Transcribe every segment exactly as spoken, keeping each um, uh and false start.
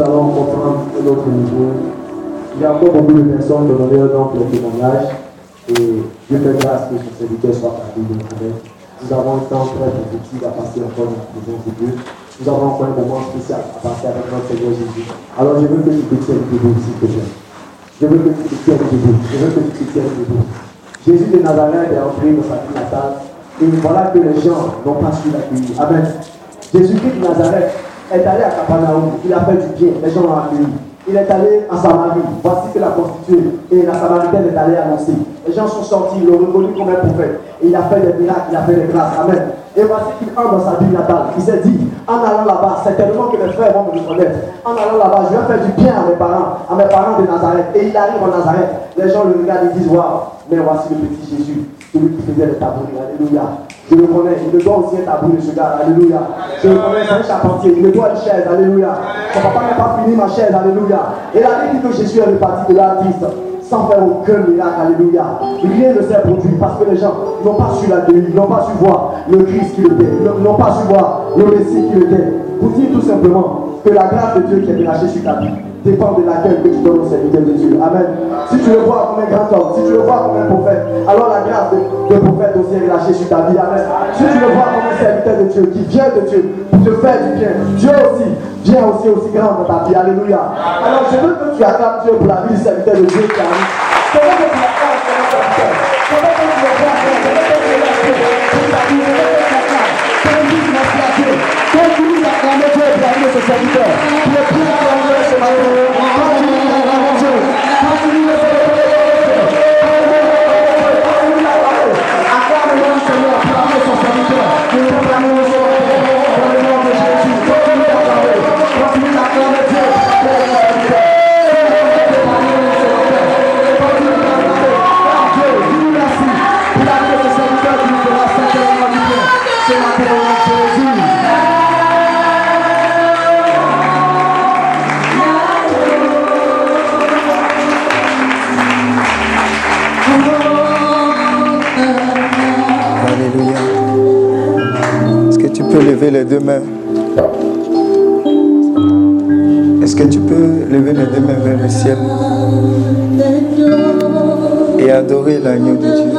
allons comprendre un autre niveau. Il y a encore beaucoup de personnes qui donneront donc le témoignage. Et Dieu fait grâce que son serviteur soit parti de nous. Nous avons un temps très prophétique à passer encore dans la présence de Dieu. Nous avons encore un moment spécial à passer avec notre Seigneur Jésus. Alors je veux que tu te tiennes debout, s'il te plaît. Je veux que tu te tiennes debout. Je veux que tu te tiennes debout. Jésus de Nazareth est entré dans sa ville natale. Et voilà que les gens n'ont pas su l'accueillir. Amen. Jésus-Christ de Nazareth est allé à Capernaum. Il a fait du bien. Les gens l'ont accueilli. Il est allé en Samarie. Voici que la prostituée et la Samaritaine est allée annoncer. Les gens sont sortis, ils l'ont reconnu comme un prophète. Et il a fait des miracles, il a fait des grâces. Amen. Et voici qu'il entre dans sa ville natale. Il s'est dit, en allant là-bas, certainement que mes frères vont me reconnaître. En allant là-bas, je vais faire du bien à mes parents, à mes parents de Nazareth. Et il arrive en Nazareth. Les gens le regardent et disent, waouh, mais voici le petit Jésus, celui qui faisait les tabourets. Alléluia. Je le connais, il me doit aussi un tabouret, ce gars. Alléluia. Je le connais, c'est un charpentier, il me doit une chaise. Alléluia. Son papa n'a pas fini ma chaise. Alléluia. Et la Bible dit que Jésus est reparti de l'artiste sans faire aucun miracle. Alléluia. Rien ne s'est produit parce que les gens n'ont pas su l'accueillir, n'ont pas su voir le Christ qu'il était, n'ont pas su voir le Messie qu'il était. Pour dire tout simplement que la grâce de Dieu qui est relâchée sur ta vie dépend de l'accueil que tu donnes au serviteur de Dieu. Amen. Si tu le vois comme un grand homme, si tu le vois comme un prophète, alors la grâce de, de prophète aussi est relâchée sur ta vie. Amen. Si tu le vois comme un serviteur de Dieu qui vient de Dieu pour te faire du bien, Dieu aussi vient aussi aussi grand dans ta vie. Alléluia. Alors je veux que tu acclames Dieu pour la vie du serviteur de Dieu qui arrive. Je veux que tu acclames ton serviteur. Je veux que tu le vois. Je veux que tu le vois. Je veux que tu le vois. Continue d'acclamer Dieu pour la vie de ce serviteur. Tu es plus acclamé ce matin. Continue d'acclamer Dieu. Continue de faire acclame le Seigneur pour la vie de son serviteur. Nous proclamons ce matin dans le nom de Jésus. Continue d'acclamer. Continue d'acclamer Dieu pour la vie de son serviteur. Continue d'acclamer. Dieu, dis merci pour la vie de ce serviteur qui nous fera certainement du bien. Ce matin au nom de Jésus. Lever les deux mains. Est-ce que tu peux lever les deux mains vers le ciel et adorer l'agneau de Dieu?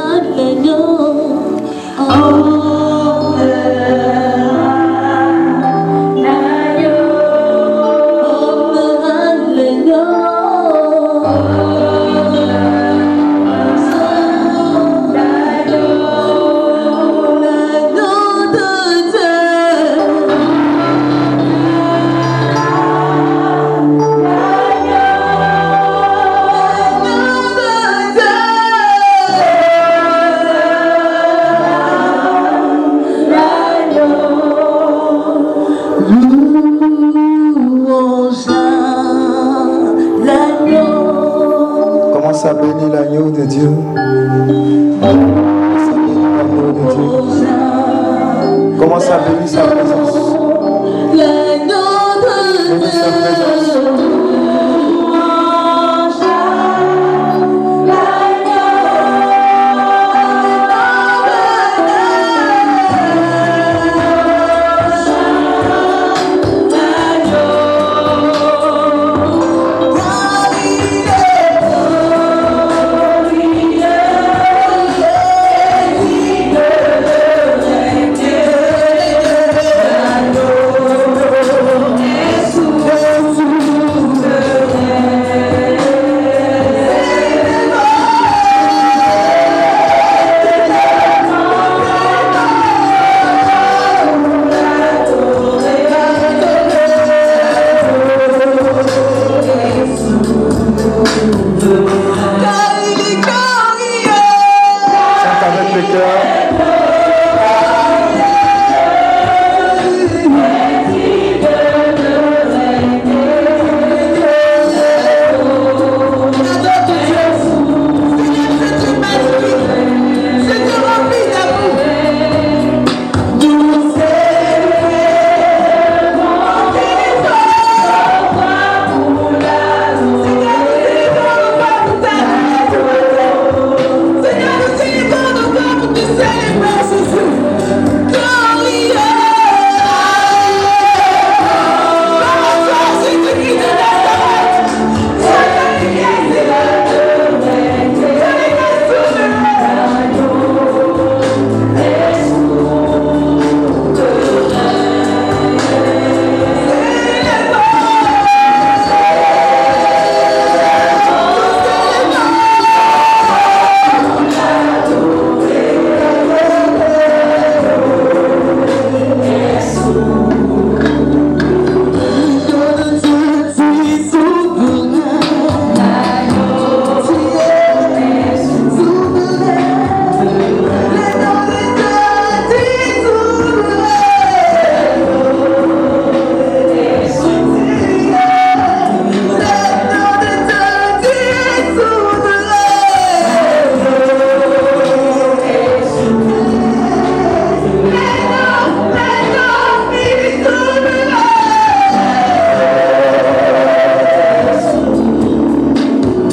Commence à bénir l'agneau de Dieu. Commence à bénir sa présence. Bénis sa présence. Yeah.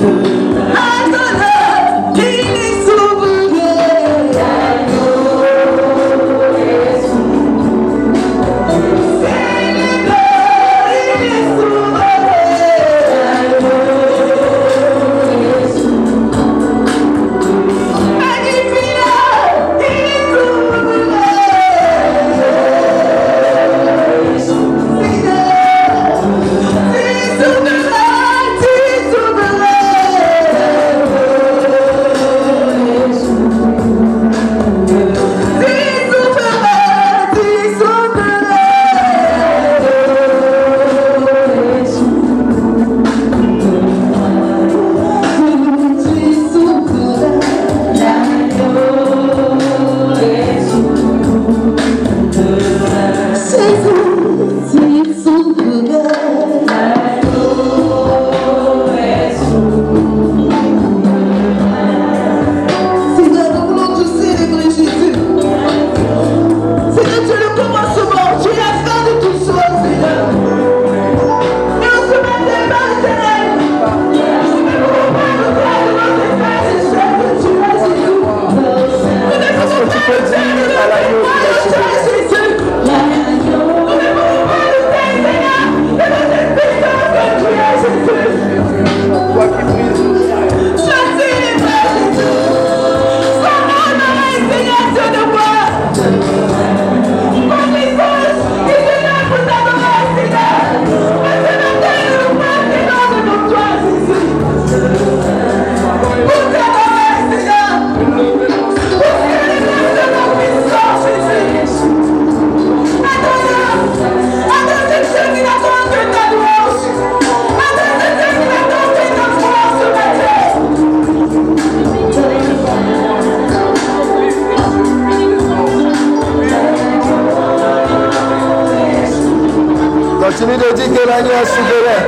Continue de dire que l'agneau est souverain.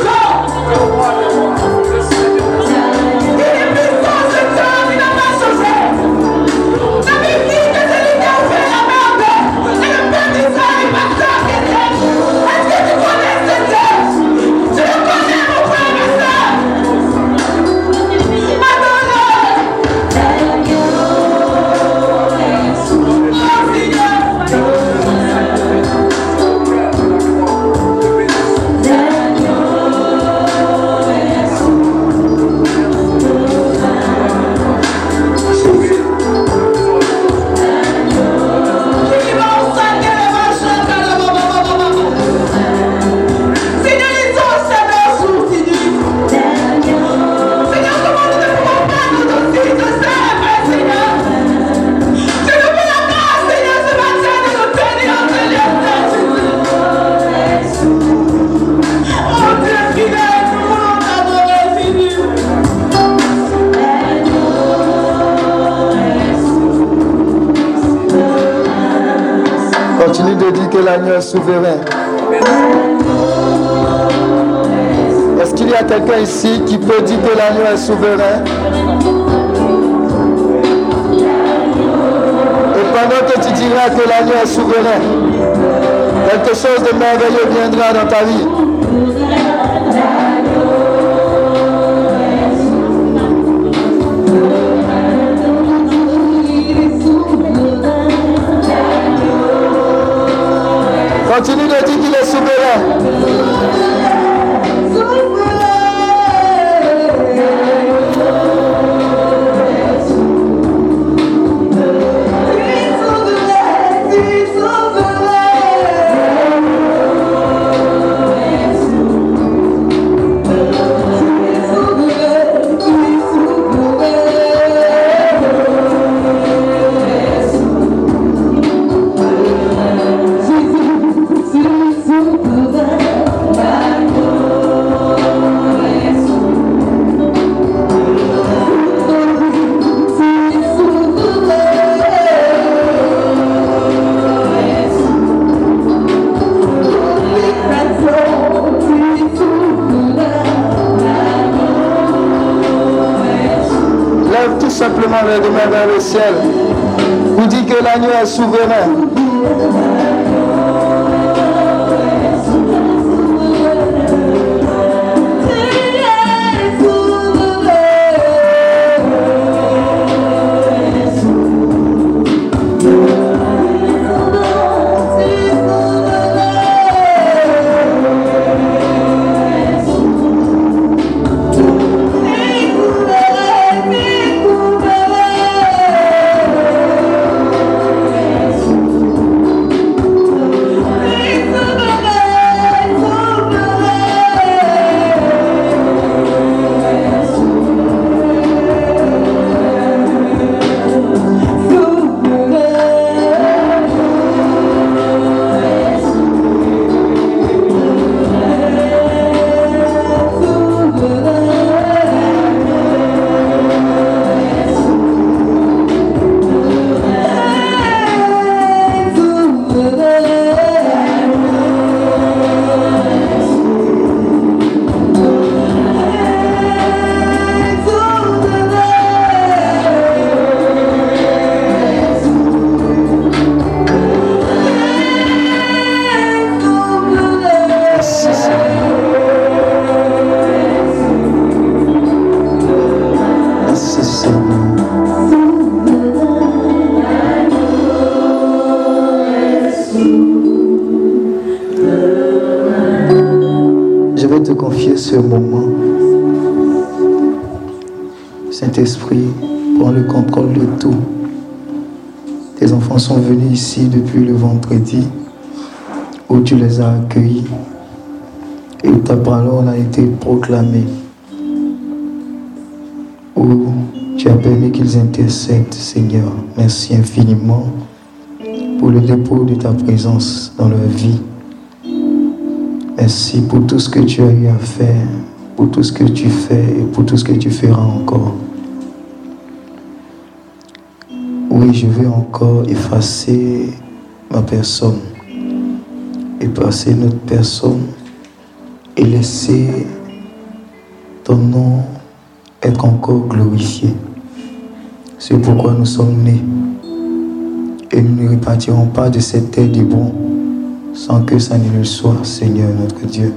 Continue de dire que l'agneau est souverain. Est-ce qu'il y a quelqu'un ici qui peut dire que l'agneau est souverain? Et pendant que tu diras que l'agneau est souverain, quelque chose de merveilleux viendra dans ta vie. Continue de dire qu'il est souverain. Simplement les deux mains vers le ciel. Vous dites que l'agneau est souverain. ce moment. Saint-Esprit, prends le contrôle de tout. Tes enfants sont venus ici depuis le vendredi où tu les as accueillis et où ta parole a été proclamée, où tu as permis qu'ils intercèdent, Seigneur. Merci infiniment pour le dépôt de ta présence dans leur vie. Merci pour tout ce que tu as eu à faire, pour tout ce que tu fais et pour tout ce que tu feras encore. Oui, je veux encore effacer ma personne, effacer notre personne et laisser ton nom être encore glorifié. C'est pourquoi nous sommes nés. Et nous ne repartirons pas de cette terre des bons sans que ça ne le soit, Seigneur notre Dieu.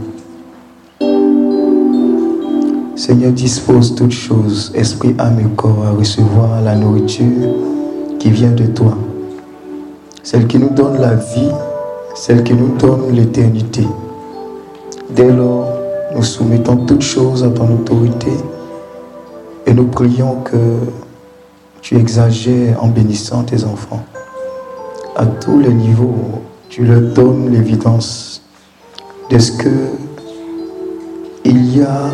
Seigneur, dispose toutes choses, esprit, âme et corps, à recevoir la nourriture qui vient de toi. Celle qui nous donne la vie, celle qui nous donne l'éternité. Dès lors, nous soumettons toutes choses à ton autorité et nous prions que tu exagères en bénissant tes enfants. À tous les niveaux, tu leur donnes l'évidence de ce que il y a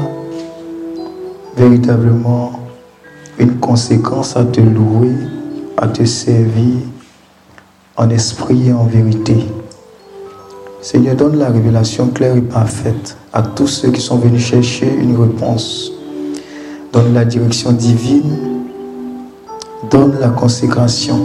véritablement une conséquence à te louer, à te servir en esprit et en vérité. Seigneur, donne la révélation claire et parfaite à tous ceux qui sont venus chercher une réponse. Donne la direction divine, donne la consécration.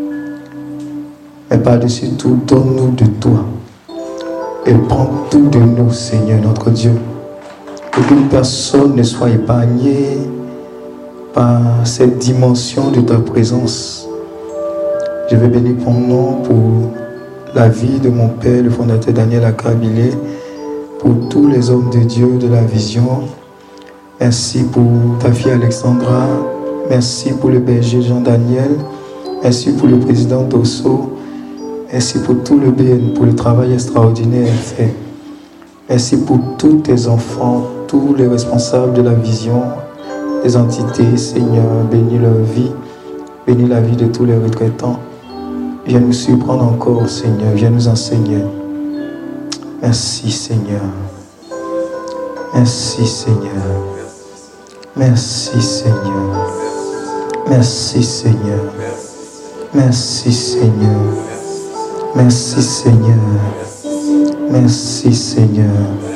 Mais par-dessus tout, donne-nous de toi. Et prends tout de nous, Seigneur notre Dieu. Qu'aucune personne ne soit épargnée par cette dimension de ta présence. Je vais bénir ton nom pour la vie de mon père, le fondateur Daniel Akabilé, pour tous les hommes de Dieu de la vision. Merci pour ta fille Alexandra. Merci pour le berger Jean-Daniel. Merci pour le président Dosso. Merci pour tout le B N, pour le travail extraordinaire fait. Merci pour tous tes enfants, tous les responsables de la vision, les entités, Seigneur. Bénis leur vie, bénis la vie de tous les retraitants. Viens nous surprendre encore, Seigneur. Viens nous enseigner. Merci, Seigneur. Merci, Seigneur. Merci, Seigneur. Merci, Seigneur. Merci, Seigneur. Merci, Seigneur. Merci, Seigneur.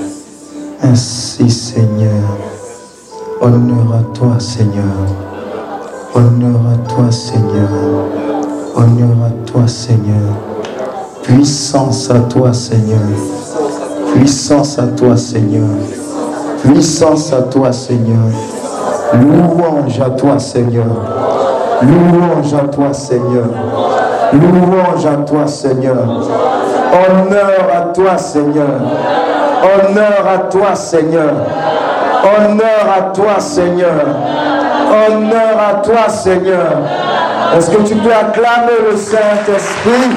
Merci, Seigneur. Honneur à toi, Seigneur. Honneur à toi, Seigneur. Honneur à toi, Seigneur. Puissance à toi, Seigneur. Puissance à toi, Seigneur. Puissance à toi, Seigneur. Louange à toi, Seigneur. Louange à toi, Seigneur. Louange à toi, Seigneur. Honneur à toi, Seigneur. Honneur à toi, Seigneur. Honneur à toi, Seigneur. Honneur à toi, Seigneur. Est-ce que tu peux acclamer le Saint-Esprit?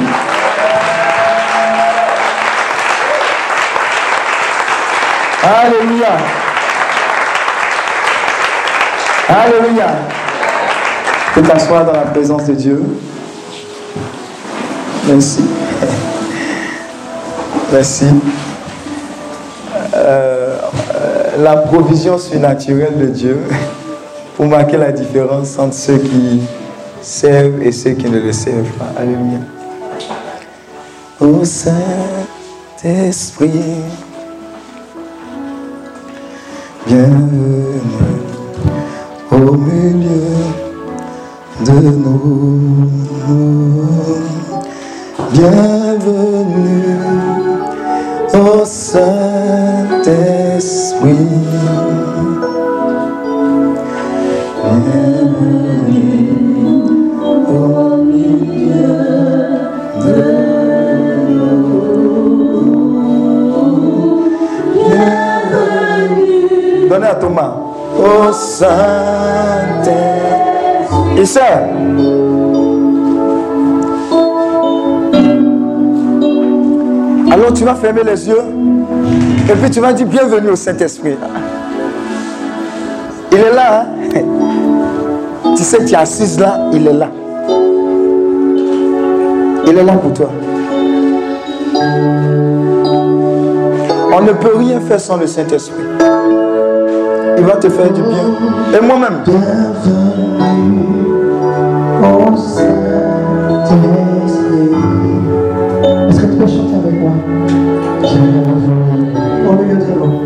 Alléluia. Alléluia. Tu peux t'asseoir dans la présence de Dieu. Merci. Merci. Euh, euh, la provision surnaturelle de Dieu pour marquer la différence entre ceux qui servent et ceux qui ne le servent pas. Alléluia. Ô Saint-Esprit, bienvenue au milieu de nous. Bienvenue au Saint-Esprit. Bienvenue au milieu de nous. Bienvenue. Donnez à Thomas. Au Saint-Esprit. Et ça. Alors tu vas fermer les yeux et puis tu vas dire bienvenue au Saint-Esprit. Il est là. Hein? Tu sais, tu es assise là, il est là. Il est là pour toi. On ne peut rien faire sans le Saint-Esprit. Il va te faire du bien. Et moi-même. Oh Saint-Esprit. Est-ce que tu peux chanter avec moi? Au milieu de l'eau.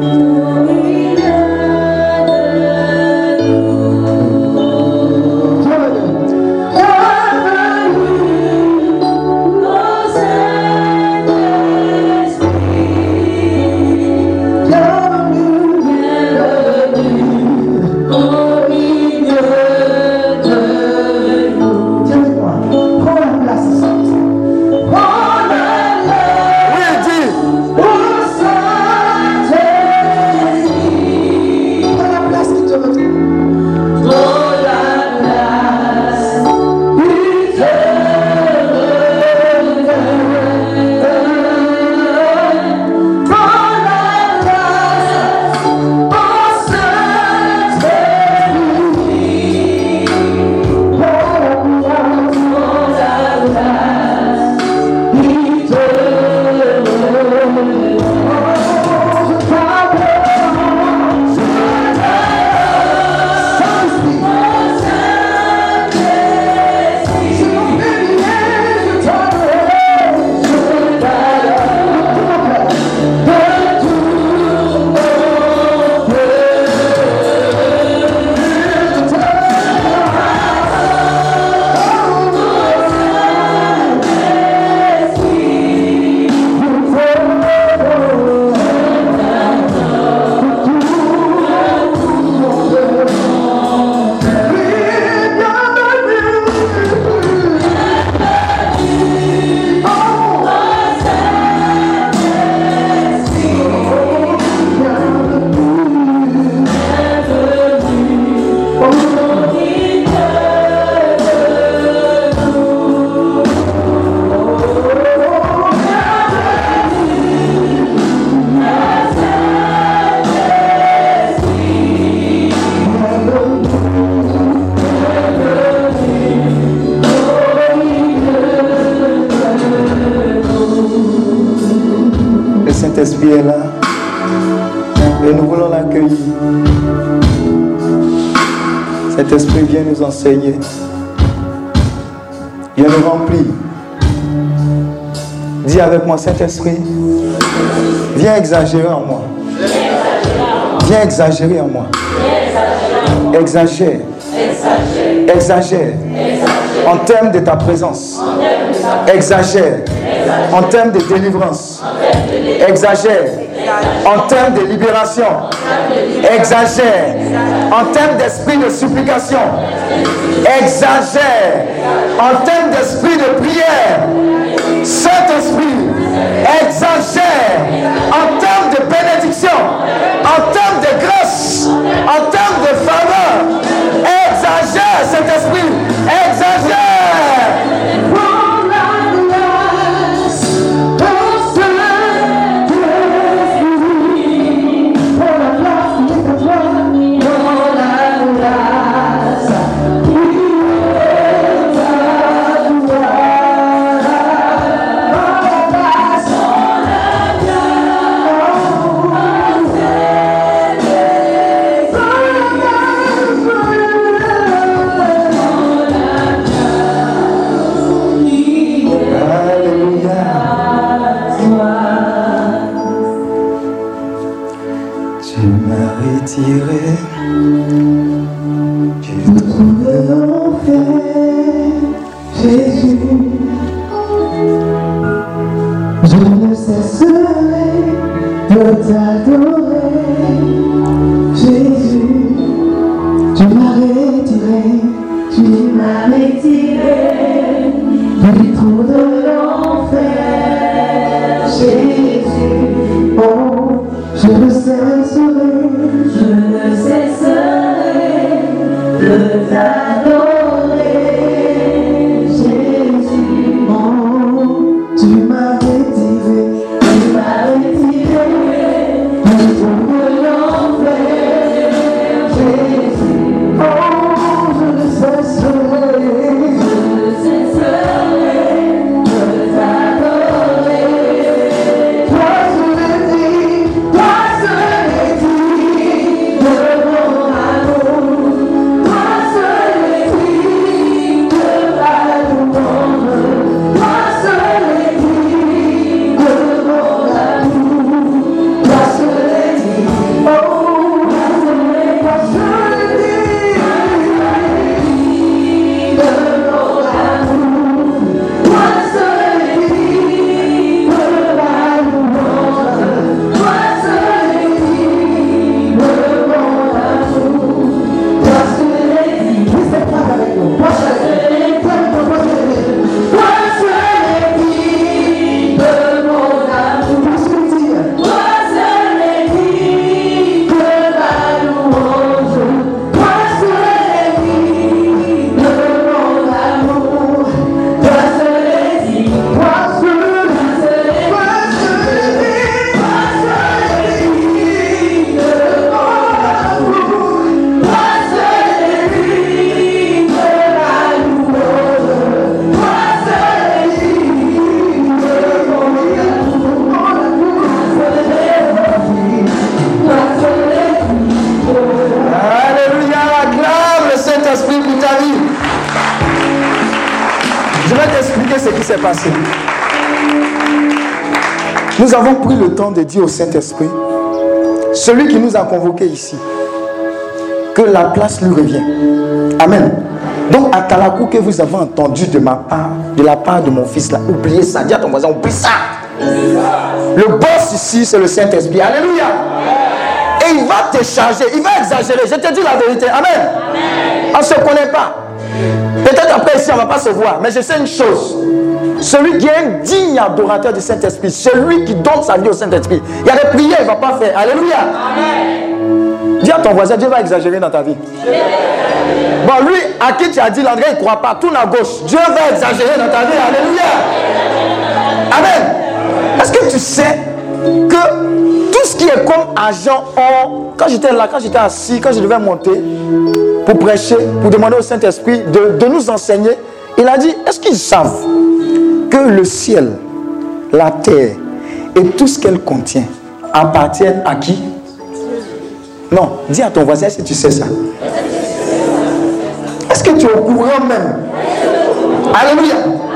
Saint-Esprit est là et nous voulons l'accueillir. Cet esprit vient nous enseigner, vient nous remplir. Dis avec moi, Saint-Esprit, viens exagérer en moi. Viens exagérer en moi. Exagère. Exagère. En termes de ta présence. Exagère. En termes de délivrance. Exagère. En termes de libération. Exagère. En termes d'esprit de supplication. Exagère. En termes d'esprit de prière. Saint-Esprit, exagère. En termes de bénédiction. En termes de grâce. En termes de faveur. Exagère, Saint-Esprit. Exagère. Tiré du trou de l'enfer, Jésus, je ne cesserai de t'adorer, Jésus, tu m'as retiré, tu m'as retiré du trou de l'enfer, Jésus, oh, je ne cesserai. Je ne cesserai de t'adorer, Jésus. Oh, tu m'as retiré, tu m'as retiré du trou de l'enfer, Jésus. vais t'expliquer ce qui s'est passé. Nous avons pris le temps de dire au Saint-Esprit, celui qui nous a convoqués ici, que la place lui revient. Amen. Donc, à Talakou que vous avez entendu de ma part, de la part de mon fils là, oubliez ça. Dis à ton voisin, oublie ça. Le boss ici, c'est le Saint-Esprit. Alléluia. Et il va te charger, il va exagérer. Je te dis la vérité. Amen. Amen. On ne se connaît pas. Peut-être après ici, on ne va pas se voir. Mais je sais une chose. Celui qui est un digne adorateur du Saint-Esprit, celui qui donne sa vie au Saint-Esprit, il y a des prières, il ne va pas faire. Alléluia. Amen. Dis à ton voisin, Dieu va exagérer dans ta vie. Amen. Bon, lui, à qui tu as dit, l'André, il ne croit pas. Tourne à gauche. Dieu va exagérer dans ta vie. Alléluia. Amen. Est-ce que tu sais que tout ce qui est comme argent, or, quand j'étais là, quand j'étais assis, quand je devais monter pour prêcher, pour demander au Saint-Esprit de, de nous enseigner, il a dit, est-ce qu'ils savent que le ciel, la terre et tout ce qu'elle contient appartiennent à qui? Non, dis à ton voisin si tu sais ça. Est-ce que tu es au courant même? Alléluia.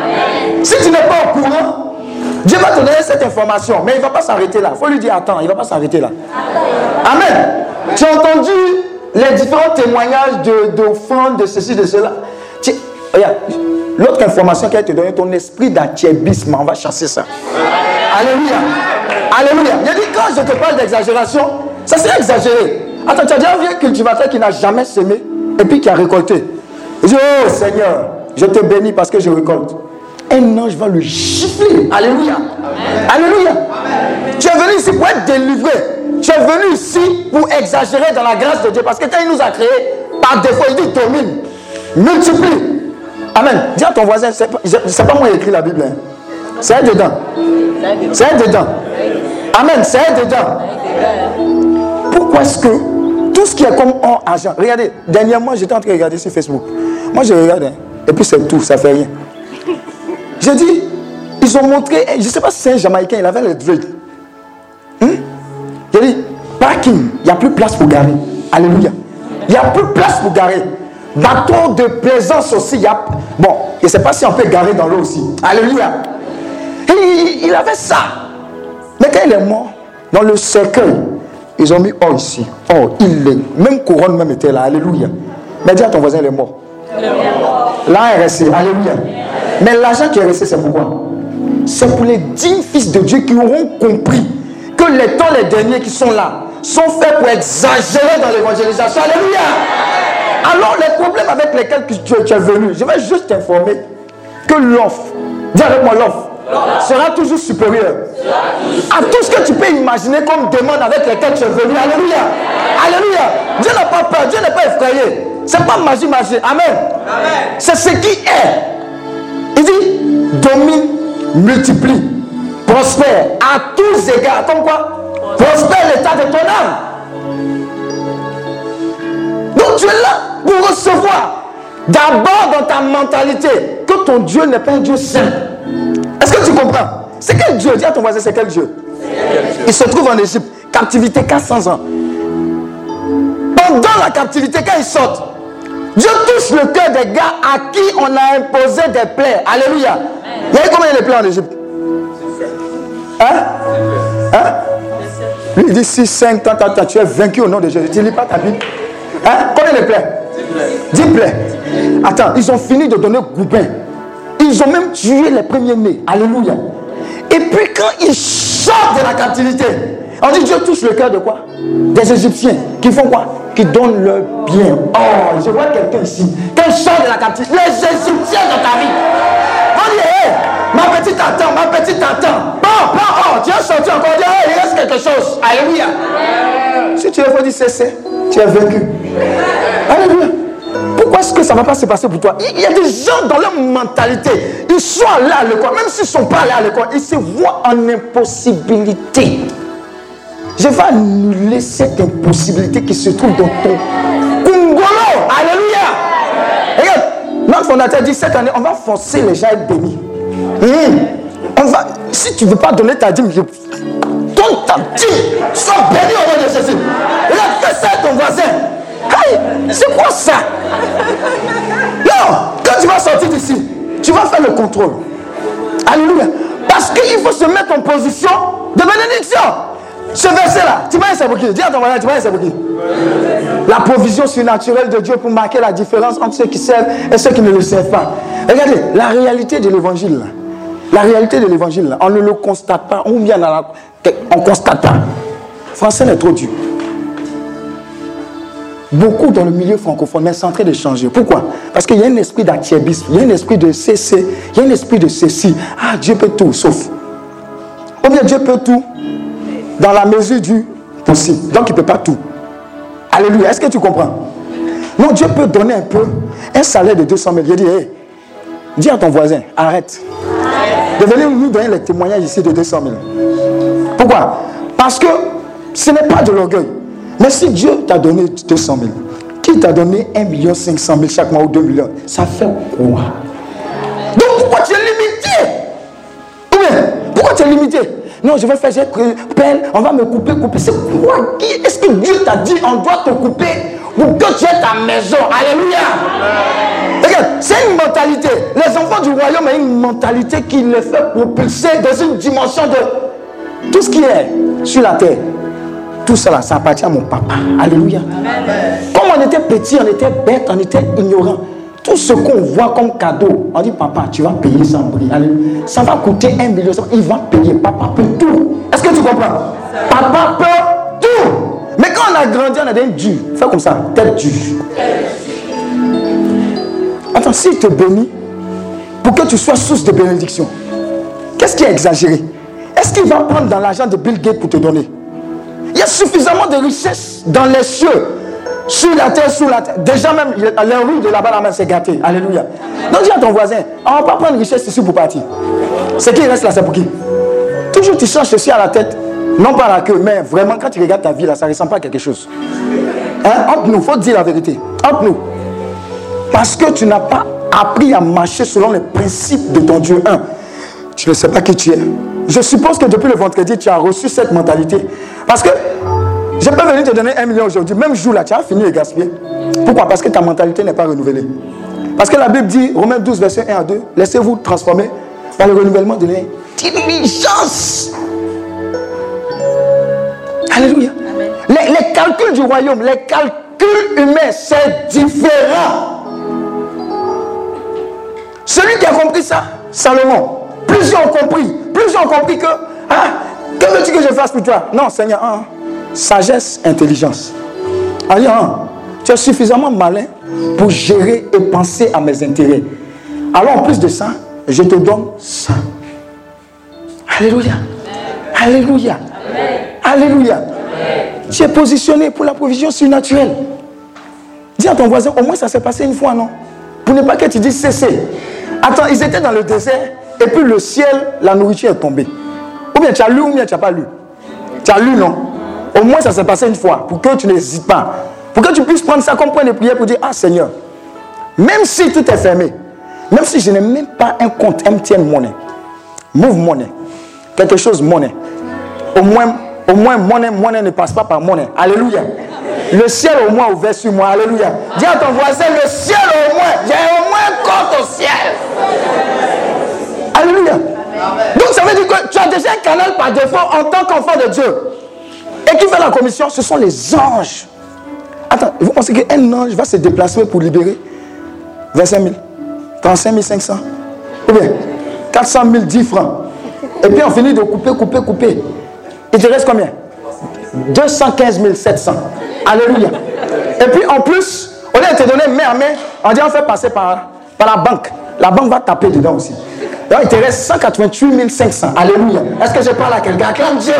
Si tu n'es pas au courant, Dieu va te donner cette information, mais il ne va pas s'arrêter là. Il faut lui dire, attends, il ne va pas s'arrêter là. Amen. Tu as entendu les différents témoignages d'offrandes, de, de ceci, de cela. Tu, regarde, l'autre information qu'elle te donne, ton esprit d'attiébisme, on va chasser ça. Alléluia. Alléluia. Il a dit, quand je te parle d'exagération, ça serait exagéré. Attends, tu as déjà vu un cultivateur qui n'a jamais semé et puis qui a récolté. Il dit, oh Seigneur, je te bénis parce que je récolte. Un ange va le gifler. Alléluia. Amen. Alléluia. Amen. Tu es venu ici pour être délivré. Tu es venu ici pour exagérer dans la grâce de Dieu. Parce que quand il nous a créés, par défaut, il dit domine, multiplie. Amen. Dis à ton voisin, c'est pas, c'est pas moi qui ai écrit la Bible. Hein. C'est elle dedans. C'est elle dedans. Amen. C'est elle dedans. Pourquoi est-ce que tout ce qui est comme or, argent, regardez, dernièrement, j'étais en train de regarder sur Facebook. Moi, je regarde, hein, et puis c'est tout, ça fait rien. J'ai dit, ils ont montré, je ne sais pas si c'est un Jamaïcain, il avait le drill. Hmm? J'ai dit, parking, il n'y a plus de place pour garer. Alléluia. Il n'y a plus de place pour garer. Bateau de plaisance aussi, il y a. Bon, je ne sais pas si on peut garer dans l'eau aussi. Alléluia. Et il, il avait ça. Mais quand il est mort, dans le cercueil, ils ont mis or ici. Oh, il est. Même couronne même était là. Alléluia. Mais dis à ton voisin, il est mort. Là, il est resté. Alléluia. Mais l'argent qui est resté, c'est pourquoi? C'est pour les dignes fils de Dieu qui auront compris que les temps, les derniers qui sont là, sont faits pour exagérer dans l'évangélisation. Alléluia. Alors, les problèmes avec lesquels tu, tu es venu, je vais juste t'informer que l'offre, dis avec moi l'offre, sera toujours supérieur à tout ce que tu peux imaginer comme demande avec lesquelles tu es venu. Alléluia. Alléluia. Dieu n'a pas peur, Dieu n'est pas effrayé. C'est pas magie, magie. Amen. Amen. C'est ce qui est. Il dit, domine, multiplie, prospère à tous égards. Comme quoi? Prospère l'état de ton âme. Donc tu es là pour recevoir d'abord dans ta mentalité que ton Dieu n'est pas un Dieu saint. Est-ce que tu comprends? C'est quel Dieu? Dis à ton voisin, c'est quel Dieu? Il se trouve en Égypte, captivité quatre cents ans. Pendant la captivité, quand ils sortent, Dieu touche le cœur des gars à qui on a imposé des plaies. Alléluia. Amen. Il y a eu combien de plaies en Égypte? Hein? Hein? Lui, il dit six, cinq, tant, tant, tu es vaincu au nom de Jésus. Tu ne lis pas ta Bible? Hein? Combien de plaies? dix plaies. Attends, ils ont fini de donner Goubin. Ils ont même tué les premiers-nés. Alléluia. Et puis quand ils sortent de la captivité, on dit Dieu touche le cœur de quoi? Des Égyptiens qui font quoi? Qui donnent leur bien. Oh, je vois quelqu'un ici. Quand ils sortent de la captivité, les Égyptiens dans ta vie. On dit, hé, hey, ma petite attend, ma petite attend. Bon, bon, oh, tu as sorti encore, dit, oh, il reste quelque chose. Alléluia. Si tu es venu cesser, tu es vaincu. Alléluia. Pourquoi est-ce que ça ne va pas se passer pour toi? Il y a des gens dans leur mentalité, ils sont allés à l'école, même s'ils ne sont pas allés à l'école, ils se voient en impossibilité. Je vais annuler cette impossibilité qui se trouve dans ton Kungolo. Alléluia. Regarde, notre fondateur dit cette année, on va forcer les gens à être bénis. Mmh. On va, si tu ne veux pas donner ta dîme, donne ta dîme. Sois béni au nom de Jésus. Regarde, fais ça à ton voisin. Hey, c'est quoi ça? Non, quand tu vas sortir d'ici, tu vas faire le contrôle. Alléluia. Parce qu'il faut se mettre en position de bénédiction. Ce verset-là, tu m'as c'est pour qui? Dis à ton voisin, tu m'as c'est pour qui? La provision surnaturelle de Dieu pour marquer la différence entre ceux qui servent et ceux qui ne le servent pas. Regardez, la réalité de l'évangile, la réalité de l'évangile, on ne le constate pas, ou bien on ne constate pas. Français est trop dur. Beaucoup dans le milieu francophone, mais c'est en train de changer. Pourquoi? Parce qu'il y a un esprit d'actiébisme, il y a un esprit de ceci, il y a un esprit de ceci. Ah, Dieu peut tout, sauf. Ou bien Dieu peut tout dans la mesure du possible. Donc il ne peut pas tout. Alléluia. Est-ce que tu comprends? Non, Dieu peut donner un peu, un salaire de deux cent mille. Je dis, hey, dis à ton voisin, arrête. De venir nous donner les témoignages ici de deux cent mille. Pourquoi? Parce que ce n'est pas de l'orgueil. Mais si Dieu t'a donné deux cent mille, qui t'a donné un million cinq cent mille chaque mois ou deux millions, ça fait quoi? Donc pourquoi tu es limité? Ou bien, pourquoi tu es limité? Non, je vais faire, j'ai pelle, on va me couper, couper. C'est quoi? Est-ce que Dieu t'a dit on doit te couper pour que tu aies ta maison? Alléluia. Regarde, c'est une mentalité. Les enfants du royaume ont une mentalité qui les fait propulser dans une dimension de tout ce qui est sur la terre. Tout cela, ça appartient à mon papa. Alléluia. Amen. Comme on était petit, on était bête, on était ignorant. Tout ce qu'on voit comme cadeau, on dit papa, tu vas payer sans bruit. Alléluia. Ça va coûter un million, il va payer. Papa peut tout. Est-ce que tu comprends? Papa peut tout. Mais quand on a grandi, on a des durs. Fais comme ça, tête dure. Attends, s'il te bénit, pour que tu sois source de bénédiction, qu'est-ce qui est exagéré? Est-ce qu'il va prendre dans l'argent de Bill Gates pour te donner? Il y a suffisamment de richesses dans les cieux, sur la terre, sous la terre. Déjà même, les rues de là-bas, la main s'est gâtée. Alléluia. Donc dis à ton voisin, on ne va pas prendre richesse ici pour partir. Ce qui reste là, c'est pour qui? Toujours tu cherches ceci à la tête, non pas à la queue, mais vraiment quand tu regardes ta vie là, ça ne ressemble pas à quelque chose. Hein? Entre nous, il faut dire la vérité. Entre nous. Parce que tu n'as pas appris à marcher selon les principes de ton Dieu. Un, tu ne sais pas qui tu es. Je suppose que depuis le vendredi, tu as reçu cette mentalité. Parce que je peux venir te donner un million aujourd'hui. Même jour là, tu as fini de gaspiller. Pourquoi? Parce que ta mentalité n'est pas renouvelée. Parce que la Bible dit, Romains douze, verset un à deux, laissez-vous transformer par le renouvellement de l'intelligence. Alléluia. Les, les calculs du royaume, les calculs humains, c'est différent. Celui qui a compris ça, Salomon. Plusieurs ont compris. Plusieurs ont compris que, ah, que veux-tu que je fasse pour toi? Non, Seigneur, hein, sagesse, intelligence. Allez, hein, tu es suffisamment malin pour gérer et penser à mes intérêts. Alors, en plus de ça, je te donne ça. Alléluia. Alléluia. Alléluia. Tu es positionné pour la provision surnaturelle. Dis à ton voisin, au moins ça s'est passé une fois, non? Pour ne pas que tu dises cessez. Attends, ils étaient dans le désert. Et puis le ciel, la nourriture est tombée. Ou bien tu as lu ou bien tu n'as pas lu. Tu as lu, non? Au moins ça s'est passé une fois. Pour que tu n'hésites pas. Pour que tu puisses prendre ça comme point de prière pour dire, ah Seigneur, même si tout est fermé, même si je n'ai même pas un compte M T N Money, Move Money, quelque chose Money, au moins, au moins Money, Money ne passe pas par Money. Alléluia. Le ciel au moins ouvert sur moi. Alléluia. Dis à ton voisin, le ciel au moins, j'ai au moins un compte au ciel. Alléluia. Donc ça veut dire que tu as déjà un canal par défaut en tant qu'enfant de Dieu. Et qui fait la commission? Ce sont les anges. Attends, vous pensez qu'un ange va se déplacer pour libérer vingt-cinq mille, trente-cinq mille cinq cents, ou bien quatre cent mille, dix francs. Et puis on finit de couper, couper, couper. Il te reste combien? deux cent quinze mille sept cents. Alléluia. Et puis en plus, on a te donné main à main, on dit on fait passer par, par la banque. La banque va taper dedans aussi. Donc il te reste cent quatre-vingt-huit mille cinq cents. Alléluia. Est-ce que je parle à quelqu'un? Acclame Dieu.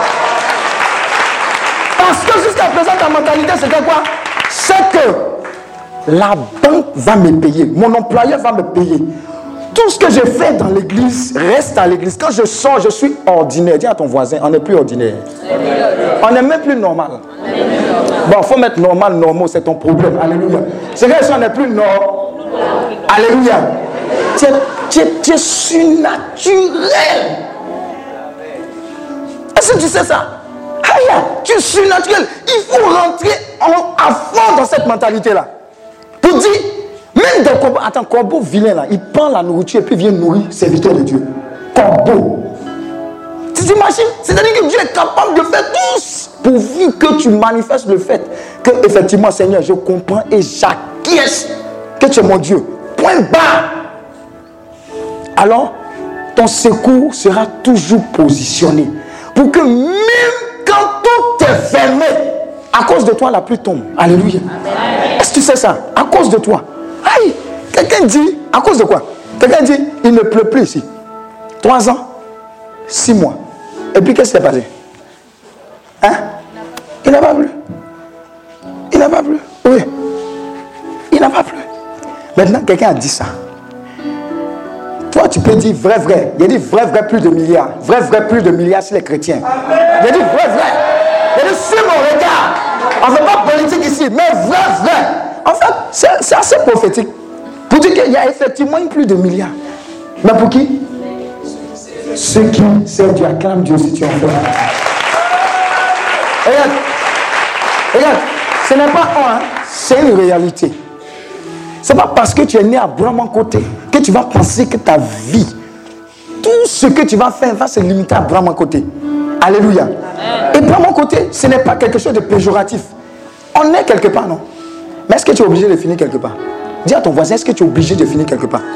Parce que jusqu'à présent, ta mentalité, c'était quoi? C'est que la banque va me payer. Mon employeur va me payer. Tout ce que je fais dans l'église reste à l'église. Quand je sors, je suis ordinaire. Dis à ton voisin, on n'est plus ordinaire. On n'est même plus normal. Bon, il faut mettre normal, normal, c'est ton problème. Alléluia. C'est vrai, si on n'est plus normal. Alléluia. Tu es, tu es, tu es surnaturel. Est-ce que tu sais ça? Aïe, tu es surnaturel. Il faut rentrer en, à fond dans cette mentalité-là. Pour dire, Même dans le corbeau, attends, corbeau vilain là, il prend la nourriture et puis vient nourrir serviteur de Dieu. Corbeau. Tu t'imagines? C'est-à-dire que Dieu est capable de faire tout pourvu que tu manifestes le fait que, effectivement, Seigneur, je comprends et j'acquiesce que tu es mon Dieu. Point barre. Alors, ton secours sera toujours positionné pour que même quand tout est fermé, à cause de toi, la pluie tombe. Alléluia. Est-ce que tu sais ça? À cause de toi. Aïe, quelqu'un dit, à cause de quoi? Quelqu'un dit, il ne pleut plus ici. Trois ans, six mois. Et puis qu'est-ce qui s'est passé? Hein? Il n'a pas plu. Il n'a pas plu. Oui. Il n'a pas plu. Maintenant, quelqu'un a dit ça. Toi, tu peux dire vrai, vrai. Il a dit vrai, vrai, plus de milliards. Vrai, vrai, plus de milliards sur les chrétiens. Il a dit vrai, vrai. Il a dit sur mon regard. On ne fait pas politique ici, mais vrai, vrai. En fait, c'est assez prophétique. Pour dire qu'il y a effectivement plus de milliards. Mais pour qui? Ceux qui servent Dieu, acclament Dieu si tu en fais. Regarde, regarde, ce n'est pas un, hein, c'est une réalité. Ce n'est pas parce que tu es né à Bramancoté que tu vas penser que ta vie, tout ce que tu vas faire va se limiter à Bramancoté. Alléluia. Et Bramancoté, ce n'est pas quelque chose de péjoratif. On est quelque part, non? Mais est-ce que tu es obligé de finir quelque part? Dis à ton voisin, est-ce que tu es obligé de finir quelque part?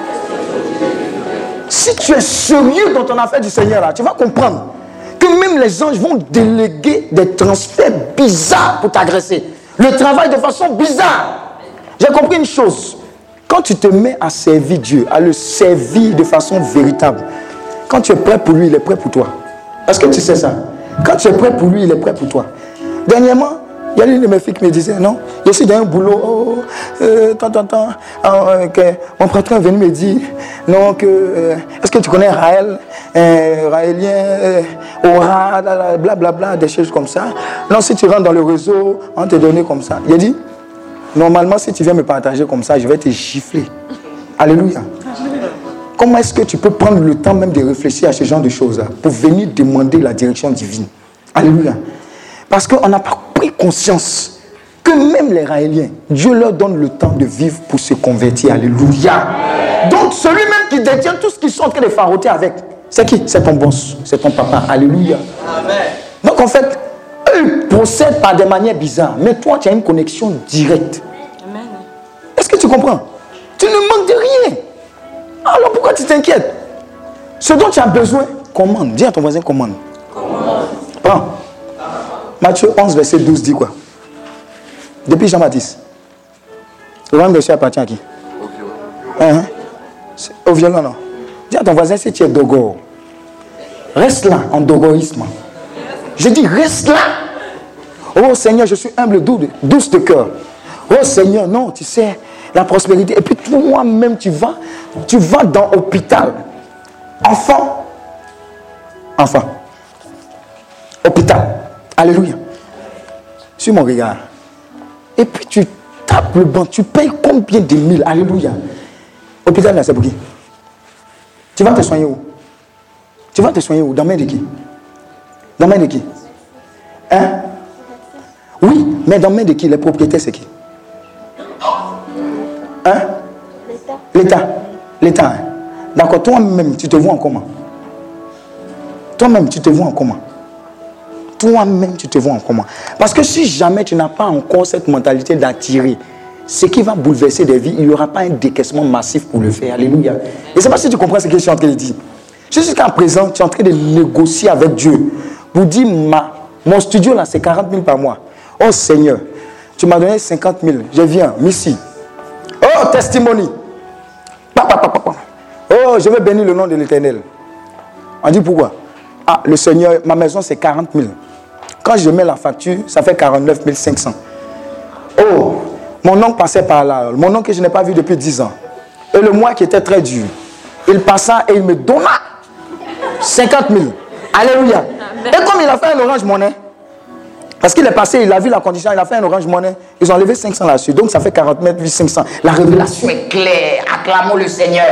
Si tu es sérieux dans ton affaire du Seigneur, là, tu vas comprendre que même les anges vont déléguer des transferts bizarres pour t'agresser. Le travail de façon bizarre. J'ai compris une chose. Quand tu te mets à servir Dieu, à le servir de façon véritable, quand tu es prêt pour lui, il est prêt pour toi. Est-ce que tu sais ça? Quand tu es prêt pour lui, il est prêt pour toi. Dernièrement, il y a une de mes filles qui me disait, non, je suis dans un boulot, oh, euh, tant, tant, tant, euh, okay. Mon patron est venu me dire, non, que, euh, est-ce que tu connais Raël, euh, Raélien, euh, Aura, blablabla, bla, bla, des choses comme ça. Non, si tu rentres dans le réseau, on te donne comme ça. Il a dit, normalement, si tu viens me partager comme ça, je vais te gifler. Alléluia. Comment est-ce que tu peux prendre le temps même de réfléchir à ce genre de choses-là pour venir demander la direction divine? Alléluia. Parce qu'on n'a pas pris conscience que même les Raéliens, Dieu leur donne le temps de vivre pour se convertir. Alléluia. Donc celui-même qui détient tout ce qu'ils sont en train de faroter avec, c'est qui? C'est ton boss, c'est ton papa. Alléluia. Amen. Donc en fait, eux procèdent par des manières bizarres, mais toi tu as une connexion directe. Amen. Est-ce que tu comprends? Tu ne manques de rien. Alors pourquoi tu t'inquiètes? Ce dont tu as besoin, commande. Dis à ton voisin, commande. Commande. Prends. Matthieu onze, verset douze dit quoi? Depuis Jean-Baptiste. Le royaume des cieux appartient à qui? Au violent. Hein? Au violent, non. Dis à ton voisin, si tu es dogor, reste là en dogorisme. Je dis, reste là. Oh Seigneur, je suis humble, douce de cœur. Oh Seigneur, non, tu sais, la prospérité. Et puis toi-même, tu vas, tu vas dans l'hôpital. Enfant. Enfant. Hôpital. Alléluia. Sur mon regard. Et puis tu tapes le banc. Tu payes combien de mille? Alléluia. Hôpital, là, c'est pour qui? Tu vas te soigner où? Tu vas te soigner où? Dans la main de qui? Dans la main de qui? Hein? Oui, mais dans la main de qui? Les propriétaires, c'est qui? Hein? L'État. L'État. L'État. Hein? D'accord, toi-même, tu te vois en comment? Toi-même, tu te vois en comment? Toi-même, tu te vois en comment? Parce que si jamais tu n'as pas encore cette mentalité d'attirer, ce qui va bouleverser des vies, il n'y aura pas un décaissement massif pour le faire. Alléluia. Et je ne sais pas si tu comprends ce que je suis en train de dire. Jusqu'à présent, tu es en train de négocier avec Dieu pour dire, ma, mon studio là, c'est quarante mille par mois. Oh Seigneur, tu m'as donné cinquante mille. Je viens, Missy. Oh, testimony. Oh, je vais bénir le nom de l'Éternel. On dit pourquoi? Ah, le Seigneur, ma maison c'est quarante mille. Quand je mets la facture, ça fait quarante-neuf mille cinq cents. Oh, mon oncle passait par là. Mon oncle que je n'ai pas vu depuis dix ans. Et le mois qui était très dur, il passa et il me donna cinquante mille. Alléluia. Amen. Et comme il a fait un orange monnaie, parce qu'il est passé, il a vu la condition, il a fait un orange monnaie, ils ont levé cinq cents là-dessus. Donc ça fait quarante-neuf mille cinq cents. La révélation est claire. Acclamons le Seigneur.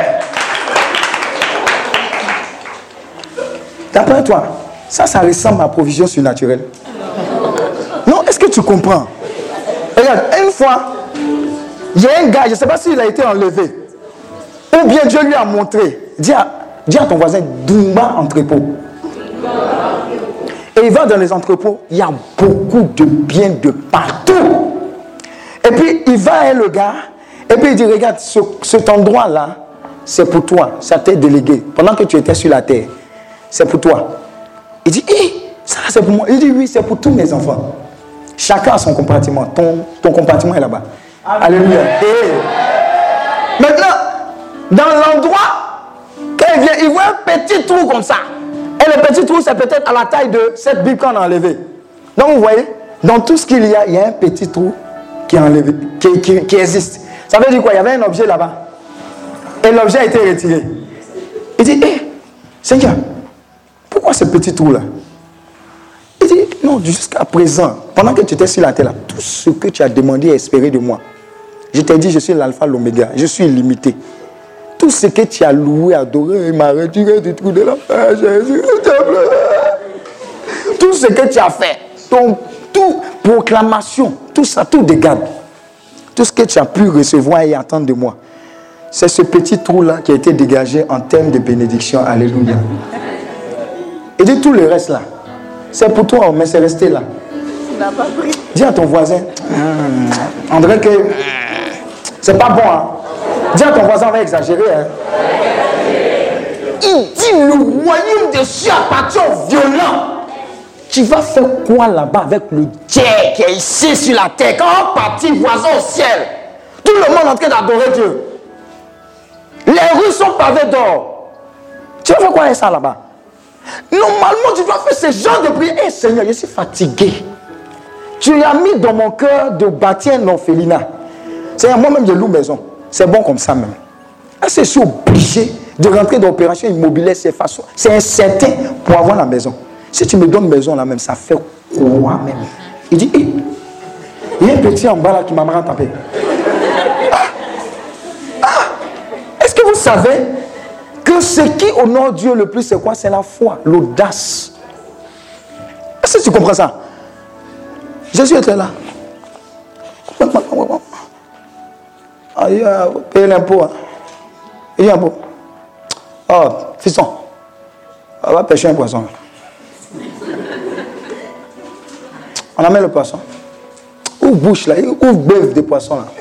D'après toi, ça, ça ressemble à provision surnaturelle. Non, est-ce que tu comprends? Regarde, une fois, Il y a un gars, je ne sais pas s'il a été enlevé. Ou bien Dieu lui a montré. Dis à, dis à ton voisin, Dumba entrepôt. Et il va dans les entrepôts, il y a beaucoup de biens de partout. Et puis il va à le gars, et puis il dit, regarde, ce, cet endroit-là, c'est pour toi, ça t'est délégué. Pendant que tu étais sur la terre, c'est pour toi. Il dit, hé, hey, ça c'est pour moi. Il dit, oui, c'est pour tous mes enfants. Chacun a son compartiment. Ton, ton compartiment est là-bas. Alléluia. Et maintenant, dans l'endroit, quand il vient, il voit un petit trou comme ça. Et le petit trou, c'est peut-être à la taille de cette Bible qu'on a enlevée. Donc vous voyez, dans tout ce qu'il y a, il y a un petit trou qui est enlevé, qui, qui, qui existe. Ça veut dire quoi? Il y avait un objet là-bas. Et l'objet a été retiré. Il dit, hé, hey, Seigneur, pourquoi ce petit trou-là? Il dit, non, jusqu'à présent, pendant que tu étais sur la terre, là, tout ce que tu as demandé et espéré de moi, je t'ai dit, je suis l'alpha, l'oméga, je suis illimité. Tout ce que tu as loué, adoré, il m'a retiré du trou de la fin, Jésus. Tout ce que tu as fait, ton tout proclamation, tout ça, tout dégage. Tout ce que tu as pu recevoir et attendre de moi, c'est ce petit trou-là qui a été dégagé en termes de bénédiction. Alléluia. Et dit tout le reste là, c'est pour toi, mais c'est resté là. Dis à ton voisin, on dirait que c'est pas bon. Hein? Dis à ton voisin, on va exagérer. Hein? Il dit le royaume des cieux appartient aux violents. Tu vas faire quoi là-bas avec le Dieu qui est ici sur la terre? Quand on partit voisin au ciel, tout le monde est en train d'adorer Dieu. Les rues sont pavées d'or. Tu vas faire quoi avec ça là-bas? Normalement, tu dois faire ce genre de prière. Hé hey, Seigneur, je suis fatigué. Tu as mis dans mon cœur de bâtir un orphelinat. Seigneur, moi-même, je loue maison. C'est bon comme ça même. Est-ce que je suis obligé de rentrer dans l'opération immobilière? C'est incertain pour avoir la maison. Si tu me donnes maison là même, ça fait quoi même? Il dit, hey, il y a un petit en bas là qui m'a tapé. Ah, ah, est-ce que vous savez que ce qui honore Dieu le plus, c'est quoi? C'est la foi, l'audace. Est-ce que tu comprends ça? Jésus était là. Ah, il a payé l'impôt. Hein. Il y a un pot. Oh, fiston, on va pêcher un poisson. On amène le poisson. Ouvre bouche là, ouvre bœuf des poissons là.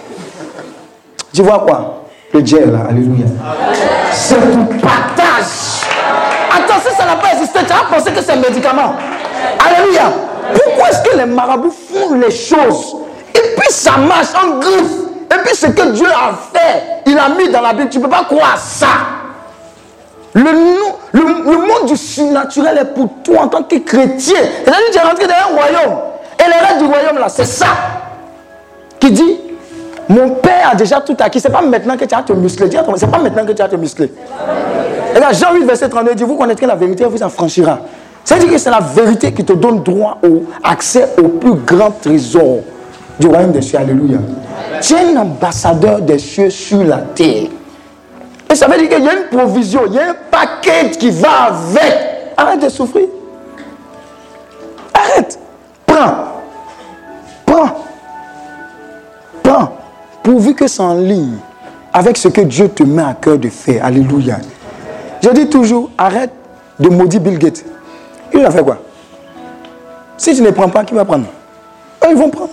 Tu vois quoi? Le Dieu là, alléluia. C'est pour partage. Attends, si ça n'a pas existé, tu as pensé que c'est un médicament. Alléluia. Pourquoi est-ce que les marabouts font les choses et puis ça marche en griffe? Et puis ce que Dieu a fait, il a mis dans la Bible, tu ne peux pas croire ça. Le, le, le monde du surnaturel est pour toi en tant que chrétien. C'est-à-dire que tu es rentré dans un royaume. Et les règles du royaume là, c'est ça. Qui dit, mon père a déjà tout acquis. Ce n'est pas maintenant que tu as te muscler. C'est pas maintenant que tu as te muscler. Et là, Jean huit, verset trente-deux dit, vous connaîtrez la vérité, vous en franchira. C'est-à-dire que c'est la vérité qui te donne droit au accès au plus grand trésor du royaume des cieux. Alléluia. Tu es un ambassadeur des cieux sur la terre. Et ça veut dire qu'il y a une provision, il y a un paquet qui va avec. Arrête de souffrir. Arrête. Prends. Prends. Prends. Pourvu que c'est en ligne avec ce que Dieu te met à cœur de faire. Alléluia. Je dis toujours, arrête de maudire Bill Gates. Il a fait quoi? Si tu ne prends pas, qui va prendre? Eux, ils vont prendre.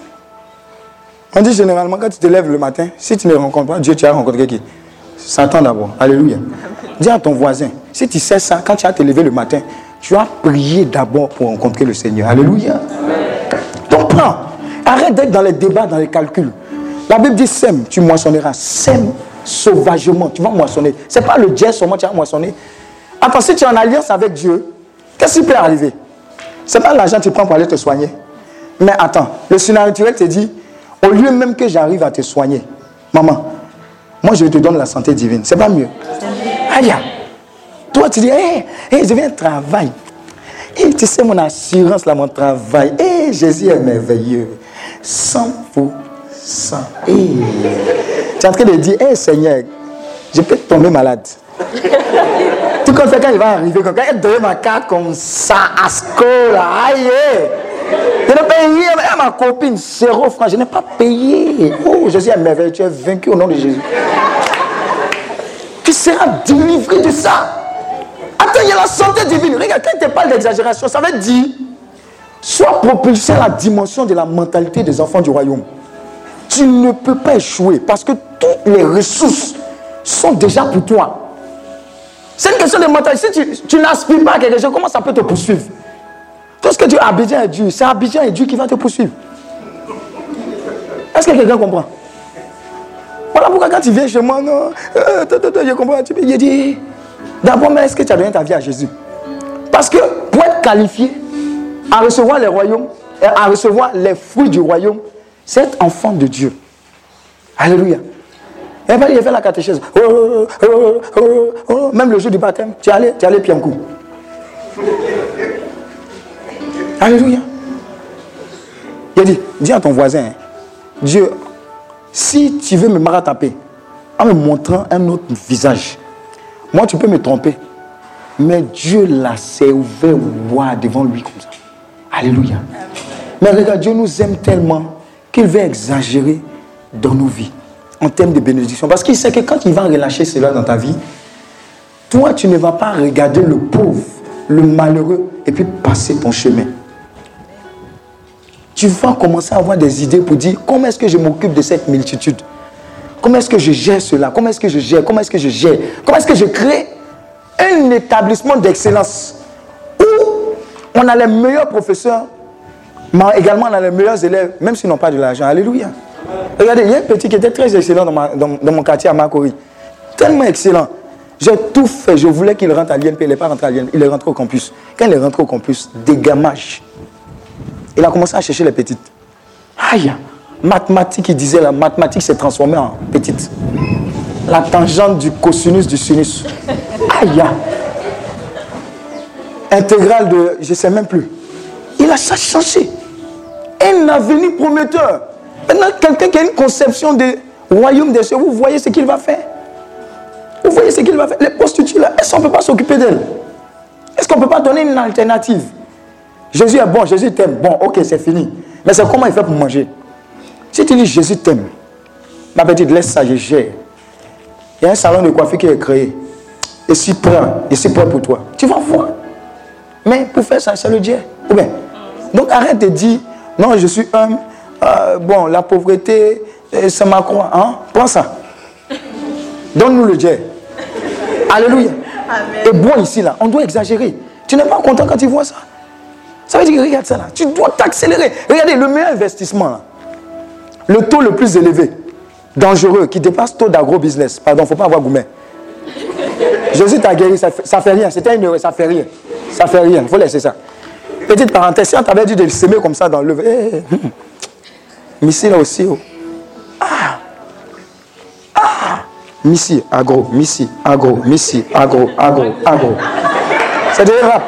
On dit généralement, quand tu te lèves le matin, si tu ne rencontres pas Dieu, tu as rencontré qui? Satan d'abord. Alléluia. Dis à ton voisin, si tu sais ça, quand tu as te lever le matin, tu as prié d'abord pour rencontrer le Seigneur. Alléluia. Donc prends. Arrête d'être dans les débats, dans les calculs. La Bible dit sème, tu moissonneras. Sème sauvagement, tu vas moissonner. Ce n'est pas le Dieu seulement tu vas moissonner. Attends, si tu es en alliance avec Dieu, qu'est-ce qui peut arriver? Ce n'est pas l'argent que tu prends pour aller te soigner. Mais attends, le surnaturel te dit, au lieu même que j'arrive à te soigner, maman, moi je te donne la santé divine. C'est pas mieux. Aïe. Toi tu dis, hé, hey, hey, je viens de travailler. Hey, tu sais mon assurance là, mon travail. Hey, Jésus est merveilleux. cent pour cent. Hey. Tu es en train de dire, hé hey, Seigneur, je peux tomber malade. Tout comme ça quand il va arriver, quand il donne ma carte comme ça, à ce là, aïe. Je ne peux rien, ma copine, zéro franc, je n'ai pas payé. Oh, Jésus est merveilleux, tu es vaincu au nom de Jésus. Tu seras délivré de ça. Attends, il y a la santé divine. Regarde, quand il te parle d'exagération, ça veut dire sois propulsé à la dimension de la mentalité des enfants du royaume. Tu ne peux pas échouer parce que toutes les ressources sont déjà pour toi. C'est une question de mentalité. Si tu, tu n'aspires pas à quelque chose, comment ça peut te poursuivre? Tout ce que tu as, Abidjan et Dieu, c'est Abidjan et Dieu qui va te poursuivre. Est-ce que quelqu'un comprend? Voilà pourquoi quand tu viens chez moi, non, euh, je comprends, tu peux dire, d'abord, mais est-ce que tu as donné ta vie à Jésus? Parce que pour être qualifié à recevoir les royaumes, à recevoir les fruits du royaume, c'est être enfant de Dieu. Alléluia. Et puis il a fait la catéchèse. Oh, oh, oh, oh, oh, oh. Même le jour du baptême, tu es allé, tu es allé pied en coup. Alléluia. Il a dit, dis à ton voisin, hein, Dieu, si tu veux me marataper en me montrant un autre visage, moi tu peux me tromper, mais Dieu l'a s'est ouvert voir devant lui comme ça. Alléluia. Mais regarde, Dieu nous aime tellement qu'il veut exagérer dans nos vies en termes de bénédiction. Parce qu'il sait que quand il va relâcher cela dans ta vie, toi tu ne vas pas regarder le pauvre, le malheureux et puis passer ton chemin. Tu vas commencer à avoir des idées pour dire comment est-ce que je m'occupe de cette multitude? Comment est-ce que je gère cela? Comment est-ce que je gère? Comment est-ce que je gère? Comment est-ce que je crée un établissement d'excellence où on a les meilleurs professeurs, mais également on a les meilleurs élèves, même s'ils n'ont pas de l'argent. Alléluia. Regardez, il y a un petit qui était très excellent dans, ma, dans, dans mon quartier à Makori. Tellement excellent. J'ai tout fait. Je voulais qu'il rentre à l'I N P. Il n'est pas rentré à l'I N P. Il est rentré au campus. Quand il est rentré au campus, dégamage. Il a commencé à chercher les petites. Aïe, mathématiques, il disait, la mathématique s'est transformée en petite. La tangente du cosinus du sinus. Aïe. Intégrale de, je ne sais même plus. Il a changé. Un avenir prometteur. Maintenant, quelqu'un qui a une conception du royaume des cieux, vous voyez ce qu'il va faire. Vous voyez ce qu'il va faire. Les prostituées, là, est-ce qu'on ne peut pas s'occuper d'elles? Est-ce qu'on ne peut pas donner une alternative? Jésus est bon, Jésus t'aime. Bon, ok, c'est fini. Mais c'est comment il fait pour manger? Si tu dis Jésus t'aime, ma petite, laisse ça, je gère. Il y a un salon de coiffure qui est créé. Et si prêt, et si prêt pour toi. Tu vas voir. Mais pour faire ça, c'est le Dieu. Ou bien. Donc arrête de dire, non, je suis homme. Euh, bon, la pauvreté, c'est ma croix. Hein? Prends ça. Donne-nous le Dieu. Alléluia. Amen. Et bon, ici, là, on doit exagérer. Tu n'es pas content quand tu vois ça? Ça veut dire que regarde ça là, tu dois t'accélérer. Regardez, le meilleur investissement, là, le taux le plus élevé, dangereux, qui dépasse le taux d'agro-business. Pardon, il ne faut pas avoir gourmet. Jésus t'a guéri, ça ne fait rien. C'était une erreur, ça ne fait rien. Ça ne fait rien, il faut laisser ça. Petite parenthèse, si on t'avait dit de le semer comme ça dans le... Hey, hey, hum. Missi là aussi. Oh. Ah. Ah. Missi, agro, missi, agro, missi, agro, agro, agro. C'est des rap.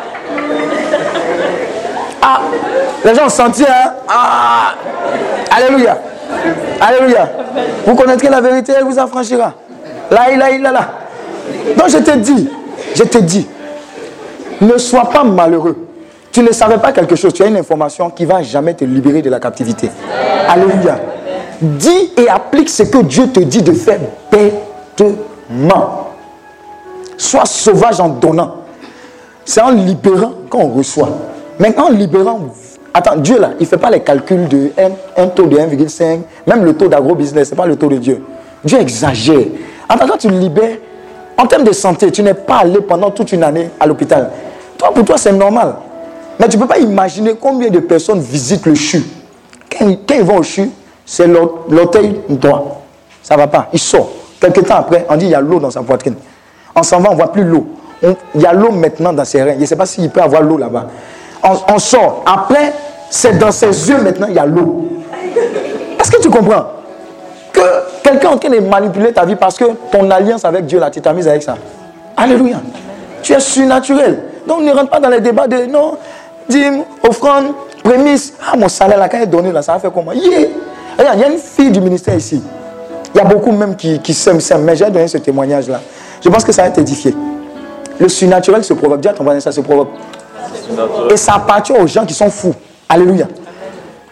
Ah, les gens ont senti, hein? Ah, alléluia. Alléluia. Vous connaîtrez la vérité, elle vous affranchira. Là, là, là, là. Donc je te dis, je te dis, ne sois pas malheureux. Tu ne savais pas quelque chose, tu as une information qui ne va jamais te libérer de la captivité. Alléluia. Dis et applique ce que Dieu te dit de faire bêtement. Sois sauvage en donnant. C'est en libérant qu'on reçoit. Mais en libérant, attends, Dieu là, il ne fait pas les calculs de un, un taux de un virgule cinq, même le taux d'agro-business, ce n'est pas le taux de Dieu. Dieu exagère. Attends, quand tu libères, en termes de santé, tu n'es pas allé pendant toute une année à l'hôpital. Toi, pour toi, c'est normal. Mais tu ne peux pas imaginer combien de personnes visitent le C H U. Quand, quand ils vont au C H U, c'est l'orteil droit. Ça ne va pas. Il sort. Quelques temps après, on dit qu'il y a l'eau dans sa poitrine. On s'en va, on ne voit plus l'eau. Il y a l'eau maintenant dans ses reins. Je ne sais pas s'il peut avoir l'eau là-bas. On, on sort. Après, c'est dans ses yeux maintenant, il y a l'eau. Est-ce que tu comprends? Que quelqu'un est en train de manipuler ta vie parce que ton alliance avec Dieu, là, tu t'as mise avec ça. Alléluia. Tu es surnaturel. Donc ne rentre pas dans les débats de non, dîme, offrande, prémisse. Ah, mon salaire là, quand il est donné là, ça va faire comment? Yeah. Regarde, il y a une fille du ministère ici. Il y a beaucoup même qui, qui s'aiment, s'aiment. Mais j'ai donné ce témoignage là. Je pense que ça va t'édifier. Le surnaturel se provoque. Dis à ton voisin, ça se provoque. Et ça appartient aux gens qui sont fous. Alléluia.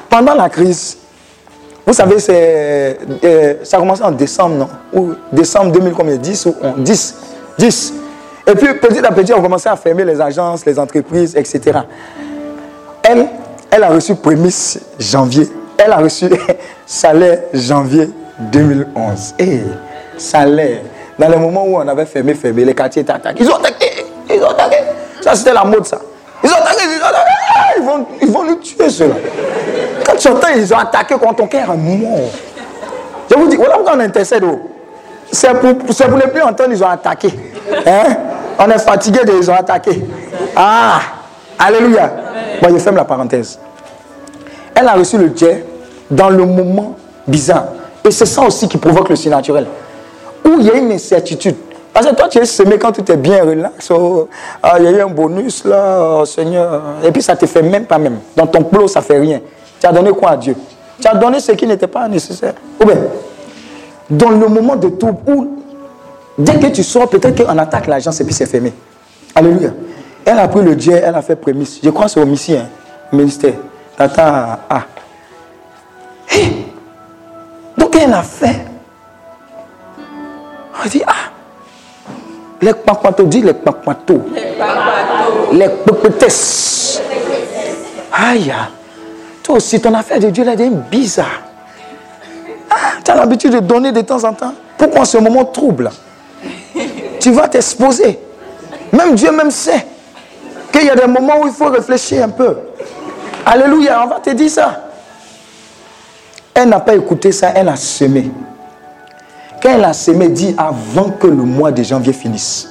Pendant la crise, vous savez, c'est, euh, ça a commencé en décembre, non? Ou décembre deux mille combien? dix ou onze? dix. dix. Et puis, petit à petit, on commençait à fermer les agences, les entreprises, et cetera. Elle, elle a reçu prémisse janvier. Elle a reçu salaire janvier deux mille onze. Et salaire. Dans le moment où on avait fermé, fermé, les quartiers étaient attaqués. Ils ont attaqué. Ils ont attaqué. Ça, c'était la mode, ça. Ils ont attaqué. Ils ont attaqué. Ils vont, ils vont nous tuer, ceux-là. Quand tu entends, ils ont attaqué quand ton cœur est mort. Je vous dis, voilà pourquoi on intercède. C'est pour, c'est pour ne plus entendre, ils ont attaqué. Hein? On est fatigué de ils ont attaqué. Ah, alléluia. Bon, je ferme la parenthèse. Elle a reçu le jet dans le moment bizarre. Et c'est ça aussi qui provoque le surnaturel. Où il y a une incertitude. Parce que toi, tu es semé quand tu es bien relax. Oh, ah, il y a eu un bonus là, oh, Seigneur. Et puis ça ne te fait même pas même. Dans ton plot, ça ne fait rien. Tu as donné quoi à Dieu? Tu as donné ce qui n'était pas nécessaire. Ou bien, dans le moment de tout, où dès que tu sors, peut-être qu'on attaque l'agence et puis c'est fermé. Alléluia. Elle a pris le jet, elle a fait prémisse. Je crois que c'est au Missi, hein, ministère. Tata, ah. Hey. Donc elle a fait. On dit, ah. Les papatos, dit les papatos. Les papatos. Les papatos. Aïe. Toi aussi, ton affaire de Dieu, là, est bizarre. Ah, tu as l'habitude de donner de temps en temps. Pourquoi en ce moment trouble? Tu vas t'exposer. Même Dieu même sait qu'il y a des moments où il faut réfléchir un peu. Alléluia, on va te dire ça. Elle n'a pas écouté ça, elle a semé. Quand elle a semé, dit avant que le mois de janvier finisse.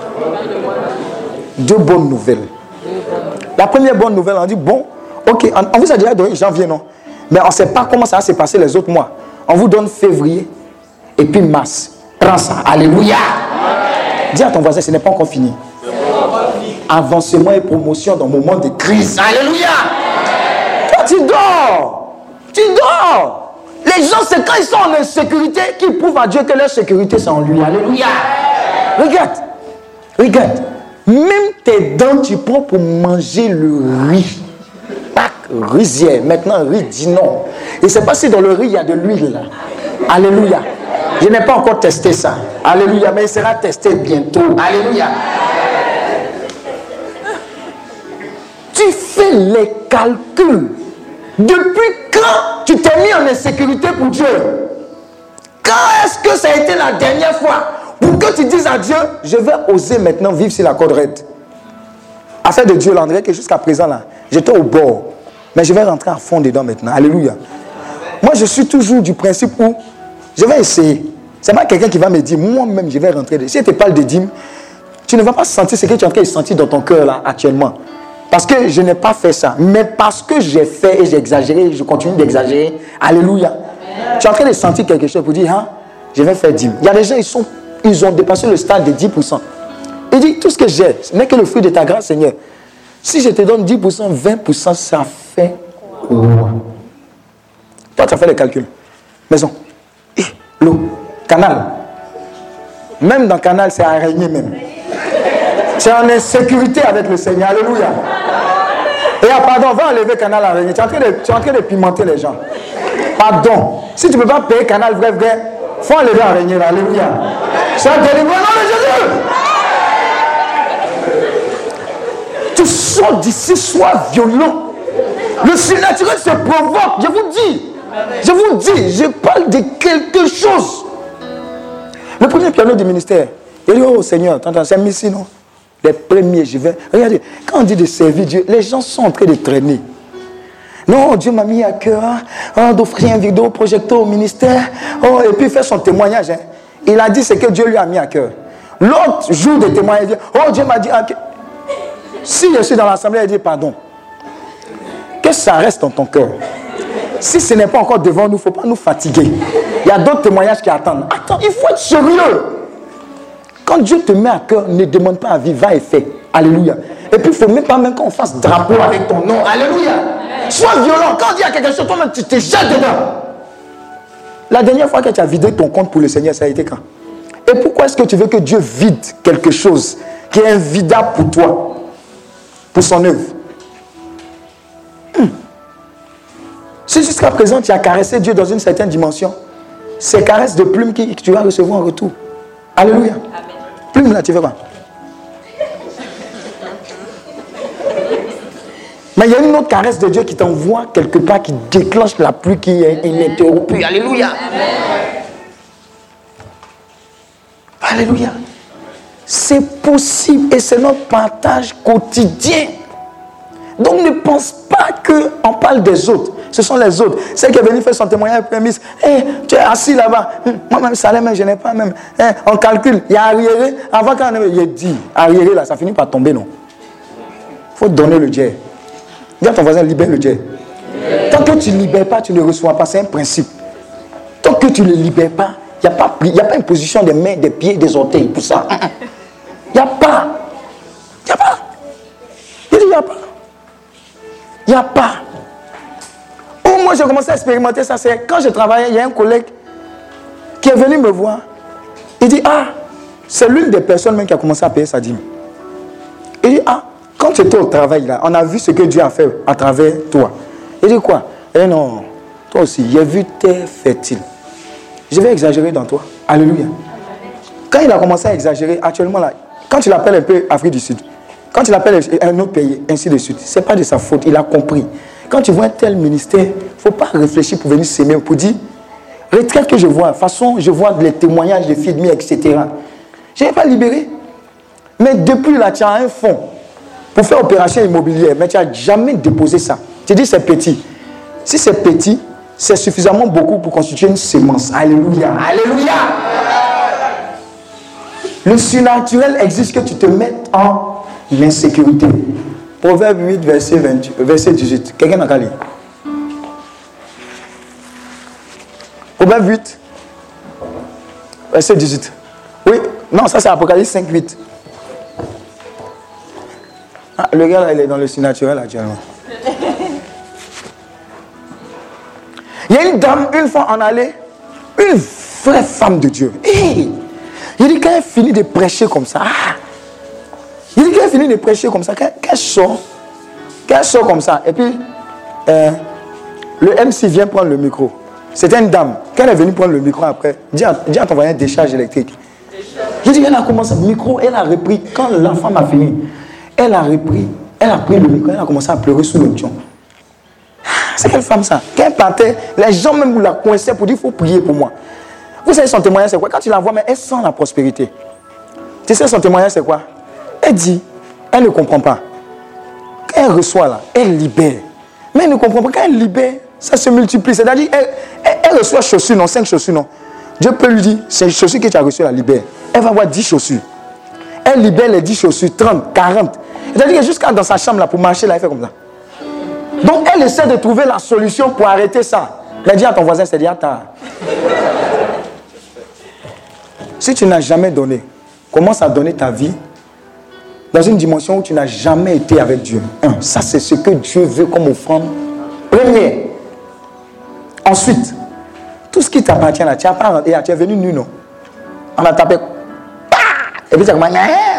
Deux bonnes nouvelles. La première bonne nouvelle, on dit bon, ok, on vous a déjà donné janvier, non? Mais on ne sait pas comment ça va se passer les autres mois. On vous donne février et puis mars. Prends ça. Alléluia. Amen. Dis à ton voisin, ce n'est pas encore fini. Avancement et promotion dans le moment de crise. Alléluia. Amen. Toi, tu dors. Tu dors. Les gens, c'est quand ils sont en insécurité qu'ils prouvent à Dieu que leur sécurité, c'est en lui. Alléluia. Amen. Regarde. Regarde. Même tes dents, tu prends pour manger le riz. Rizière. Maintenant, riz dit non. Je ne sais pas si dans le riz, il y a de l'huile. Alléluia. Je n'ai pas encore testé ça. Alléluia. Mais il sera testé bientôt. Alléluia. Tu fais les calculs. Depuis quand tu t'es mis en insécurité pour Dieu? Quand est-ce que ça a été la dernière fois pour que tu dises à Dieu, je vais oser maintenant vivre sur la corde raide? Affaire de Dieu, l'André, que jusqu'à présent, là, j'étais au bord. Mais je vais rentrer à fond dedans maintenant. Alléluia. Moi, je suis toujours du principe où je vais essayer. Ce n'est pas quelqu'un qui va me dire, moi-même, je vais rentrer. Si je te parle de dîmes, tu ne vas pas sentir ce que tu es en train de sentir dans ton cœur là, actuellement. Parce que je n'ai pas fait ça. Mais parce que j'ai fait et j'ai exagéré, je continue d'exagérer. Alléluia. Amen. Tu es en train de sentir quelque chose pour dire, hein, je vais faire dîmes. Il y a des gens, ils, sont, ils ont dépassé le stade de dix pour cent. Il dit, tout ce que j'ai, ce n'est que le fruit de ta grâce, Seigneur. Si je te donne dix pour cent, vingt pour cent, ça fait quoi? Toi, tu as fait les calculs. Maison. Et l'eau. Canal. Même dans le canal, c'est araignée même. C'est en insécurité avec le Seigneur. Alléluia. Et ah, pardon, va enlever canal araignée. Tu es en train de, tu es en train de pimenter les gens. Pardon. Si tu ne peux pas payer canal vrai, vrai, il faut enlever araignée. Alléluia. C'est un délivré. Non, mais Jésus. Tu sors d'ici, sois violent. Le surnaturel se provoque. Je vous dis. Je vous dis. Je parle de quelque chose. Le premier piano du ministère. Il dit, oh Seigneur, c'est ici, non? Les premiers, je vais. Regardez, quand on dit de servir Dieu, les gens sont en train de traîner. Non, Dieu m'a mis à cœur hein, d'offrir un vidéoprojecteur au ministère. Oh, et puis faire son témoignage. Hein. Il a dit ce que Dieu lui a mis à cœur. L'autre jour de témoignage, il dit, oh, Dieu m'a dit à cœur. Si je suis dans l'assemblée, il dit pardon. Que ça reste dans ton cœur. Si ce n'est pas encore devant nous, il ne faut pas nous fatiguer. Il y a d'autres témoignages qui attendent. Attends, il faut être sérieux. Quand Dieu te met à cœur, ne demande pas à vivre, va et fais. Alléluia. Et puis, il ne faut même pas même qu'on fasse drapeau avec ton nom. Alléluia. Sois violent. Quand il y a quelque chose, toi-même, tu te jettes dedans. La dernière fois que tu as vidé ton compte pour le Seigneur, ça a été quand? Et pourquoi est-ce que tu veux que Dieu vide quelque chose qui est invidable pour toi, pour son œuvre? Hum. Si jusqu'à présent tu as caressé Dieu dans une certaine dimension, c'est caresses de plumes que tu vas recevoir en retour. Alléluia. Amen. Plume là, tu veux pas. Mais il y a une autre caresse de Dieu qui t'envoie quelque part, qui déclenche la pluie qui est ininterrompue. Alléluia. Amen. Alléluia. C'est possible et c'est notre partage quotidien. Donc ne pense pas qu'on parle des autres. Ce sont les autres. Celle qui est venue faire son témoignage, elle mise. Hey, tu es assis là-bas. Moi-même, salaire, je n'ai pas même. Hey, on calcule. Il y a arriéré. Avant qu'on ait dit, arriéré là, ça finit par tomber, non? Il faut donner le Dieu. Dis à ton voisin, libère le Dieu. Tant que tu ne libères pas, tu ne reçois pas. C'est un principe. Tant que tu ne libères pas, il n'y a, a pas une position des mains, des pieds, des orteils pour ça. Il n'y a pas. Il n'y a pas. Il n'y a pas. Il n'y a pas. Où moi j'ai commencé à expérimenter ça, c'est quand je travaillais, il y a un collègue qui est venu me voir. Il dit, ah, c'est l'une des personnes même qui a commencé à payer sa dîme. Il dit, ah, quand tu étais au travail là, on a vu ce que Dieu a fait à travers toi. Il dit quoi? Eh non, toi aussi, j'ai vu tes fertiles. Je vais exagérer dans toi. Alléluia. Quand il a commencé à exagérer, actuellement là, quand tu l'appelles un peu Afrique du Sud, quand il appelle un autre pays, ainsi de suite, ce n'est pas de sa faute, il a compris. Quand tu vois un tel ministère, il ne faut pas réfléchir pour venir s'aimer, pour dire, retraite que je vois, de toute façon, je vois les témoignages des filles de et cetera. Je n'ai pas libéré. Mais depuis là, tu as un fonds pour faire opération immobilière, mais tu n'as jamais déposé ça. Tu dis c'est petit. Si c'est petit, c'est suffisamment beaucoup pour constituer une sémence. Alléluia. Alléluia. Le surnaturel exige que tu te mettes en l'insécurité. Proverbe huit, verset, vingt, verset dix-huit. Quelqu'un n'a qu'à lire. Proverbe huit, verset dix-huit. Oui, non, ça c'est Apocalypse cinq, huit. Ah, le gars là, il est dans le surnaturel actuellement. Il y a une dame, une fois en allée, une vraie femme de Dieu. Hey, il dit qu'elle finit de prêcher comme ça. Ah, il dit qu'elle finit de prêcher comme ça, qu'elle sort, qu'elle sort comme ça. Et puis, euh, le M C vient prendre le micro. C'était une dame. Quand elle est venue prendre le micro après, dis à, dis à ton voisin décharge électrique. Je dis, elle a commencé le micro, elle a repris. Quand la femme a fini, elle a repris, elle a pris le micro, elle a commencé à pleurer sous le tchon. C'est quelle femme ça? Quand elle partait, les gens même la coinçaient pour dire, il faut prier pour moi. Vous savez son témoignage c'est quoi? Quand tu la vois, mais elle sent la prospérité. Tu sais son témoignage c'est quoi? Elle dit, elle ne comprend pas. Quand elle reçoit là, elle libère. Mais elle ne comprend pas. Quand elle libère, ça se multiplie. C'est-à-dire, elle, elle, elle reçoit chaussures, non, cinq chaussures, non. Dieu peut lui dire, c'est une chaussure que tu as reçue, la libère. Elle va avoir dix chaussures. Elle libère les dix chaussures, trente, quarante. C'est-à-dire que jusqu'à dans sa chambre là, pour marcher là, elle fait comme ça. Donc elle essaie de trouver la solution pour arrêter ça. Mais dis à ton voisin, c'est déjà tard. Si tu n'as jamais donné, commence à donner ta vie dans une dimension où tu n'as jamais été avec Dieu. Un, ça c'est ce que Dieu veut comme offrande. Premier. Ensuite, tout ce qui t'appartient là, tu n'as pas, tu es venu nu, non? On a tapé. Et puis tu as commencé.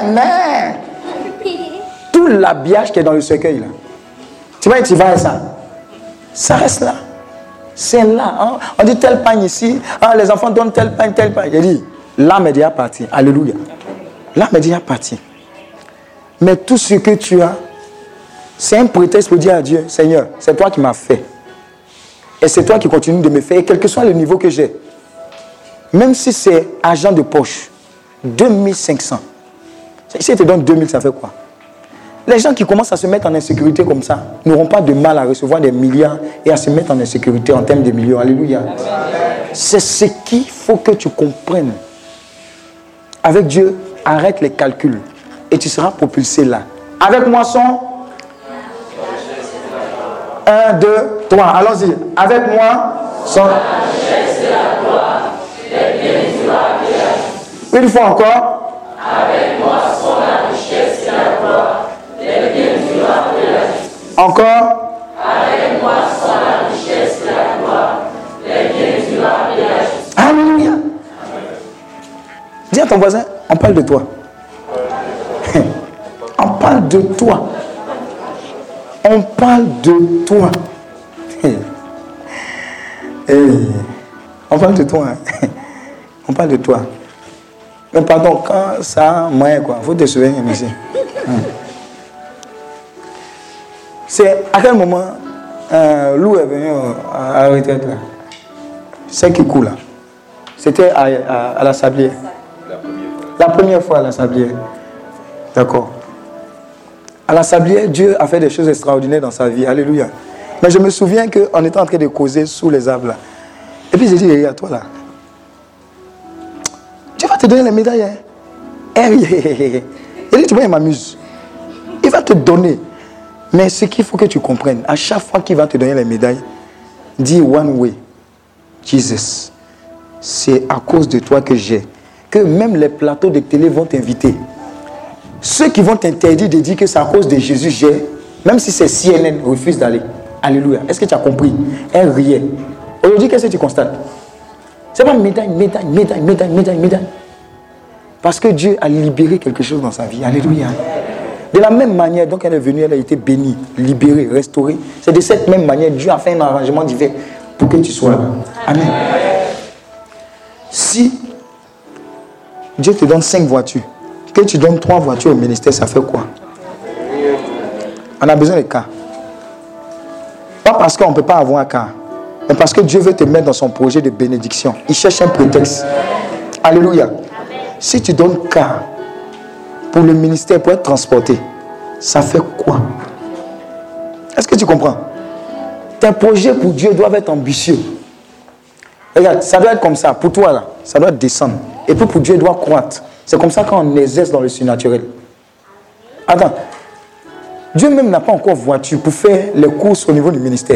Tout l'habillage qui est dans le cercueil là. Tu vois, tu vas à ça. Ça reste là. C'est là. Hein? On dit tel pain ici. Hein, les enfants donnent tel pain, tel pain. Il dit, l'âme est déjà partie. Alléluia. L'âme est déjà partie. Mais tout ce que tu as, c'est un prétexte pour dire à Dieu, Seigneur, c'est toi qui m'as fait. Et c'est toi qui continues de me faire, quel que soit le niveau que j'ai. Même si c'est argent de poche, deux mille cinq cents. Si il te donne deux mille, ça fait quoi? Les gens qui commencent à se mettre en insécurité comme ça n'auront pas de mal à recevoir des milliards et à se mettre en insécurité en termes de millions. Alléluia. C'est ce qu'il faut que tu comprennes. Avec Dieu, arrête les calculs et tu seras propulsé là. Avec moi, son un, deux, trois. Allons-y. Avec moi, son une fois encore. Avec moi, son la richesse et la gloire. Encore. Avec moi sont la richesse et la gloire, les biens durables et la justice. Alléluia. Dis à ton voisin, on parle de toi. On parle de toi. On parle de toi. Hey, on parle de toi. Hein. On parle de toi. Mais pardon, quand ça, moi, quoi, il faut te souvenir, monsieur. Hum. C'est à quel moment euh, Lou est venu à la retraite là? C'est qui coule là? C'était à, à, à la Sablière. La première fois. La première fois à la Sablière. D'accord. À la Sablière, Dieu a fait des choses extraordinaires dans sa vie. Alléluia. Mais je me souviens qu'on était en train de causer sous les arbres là. Et puis j'ai dit, regarde toi là. Dieu va te donner les médailles. Hein? Et il dit, tu vois, il m'amuse. Il va te donner. Mais ce qu'il faut que tu comprennes, à chaque fois qu'il va te donner les médailles, dis one way, Jesus. C'est à cause de toi que j'ai. Que même les plateaux de télé vont t'inviter. Ceux qui vont t'interdire de dire que c'est à cause de Jésus, j'ai, même si c'est C N N, refuse d'aller. Alléluia. Est-ce que tu as compris? Elle riait. Aujourd'hui, qu'est-ce que tu constates? C'est pas médaille, médaille, médaille, médaille, médaille, médaille. Parce que Dieu a libéré quelque chose dans sa vie. Alléluia. De la même manière, donc elle est venue, elle a été bénie, libérée, restaurée. C'est de cette même manière, Dieu a fait un arrangement divin pour que tu sois là. Amen. Si Dieu te donne cinq voitures, que tu donnes trois voitures au ministère, ça fait quoi? On a besoin de cas. Pas parce qu'on ne peut pas avoir un cas, mais parce que Dieu veut te mettre dans son projet de bénédiction. Il cherche un prétexte. Alléluia. Si tu donnes cas pour le ministère, pour être transporté, ça fait quoi? Est-ce que tu comprends? Tes projets pour Dieu doivent être ambitieux. Regarde, ça doit être comme ça. Pour toi, là, ça doit descendre. Et puis pour Dieu, il doit croître. C'est comme ça qu'on exerce dans le surnaturel. Attends. Dieu même n'a pas encore voiture pour faire les courses au niveau du ministère.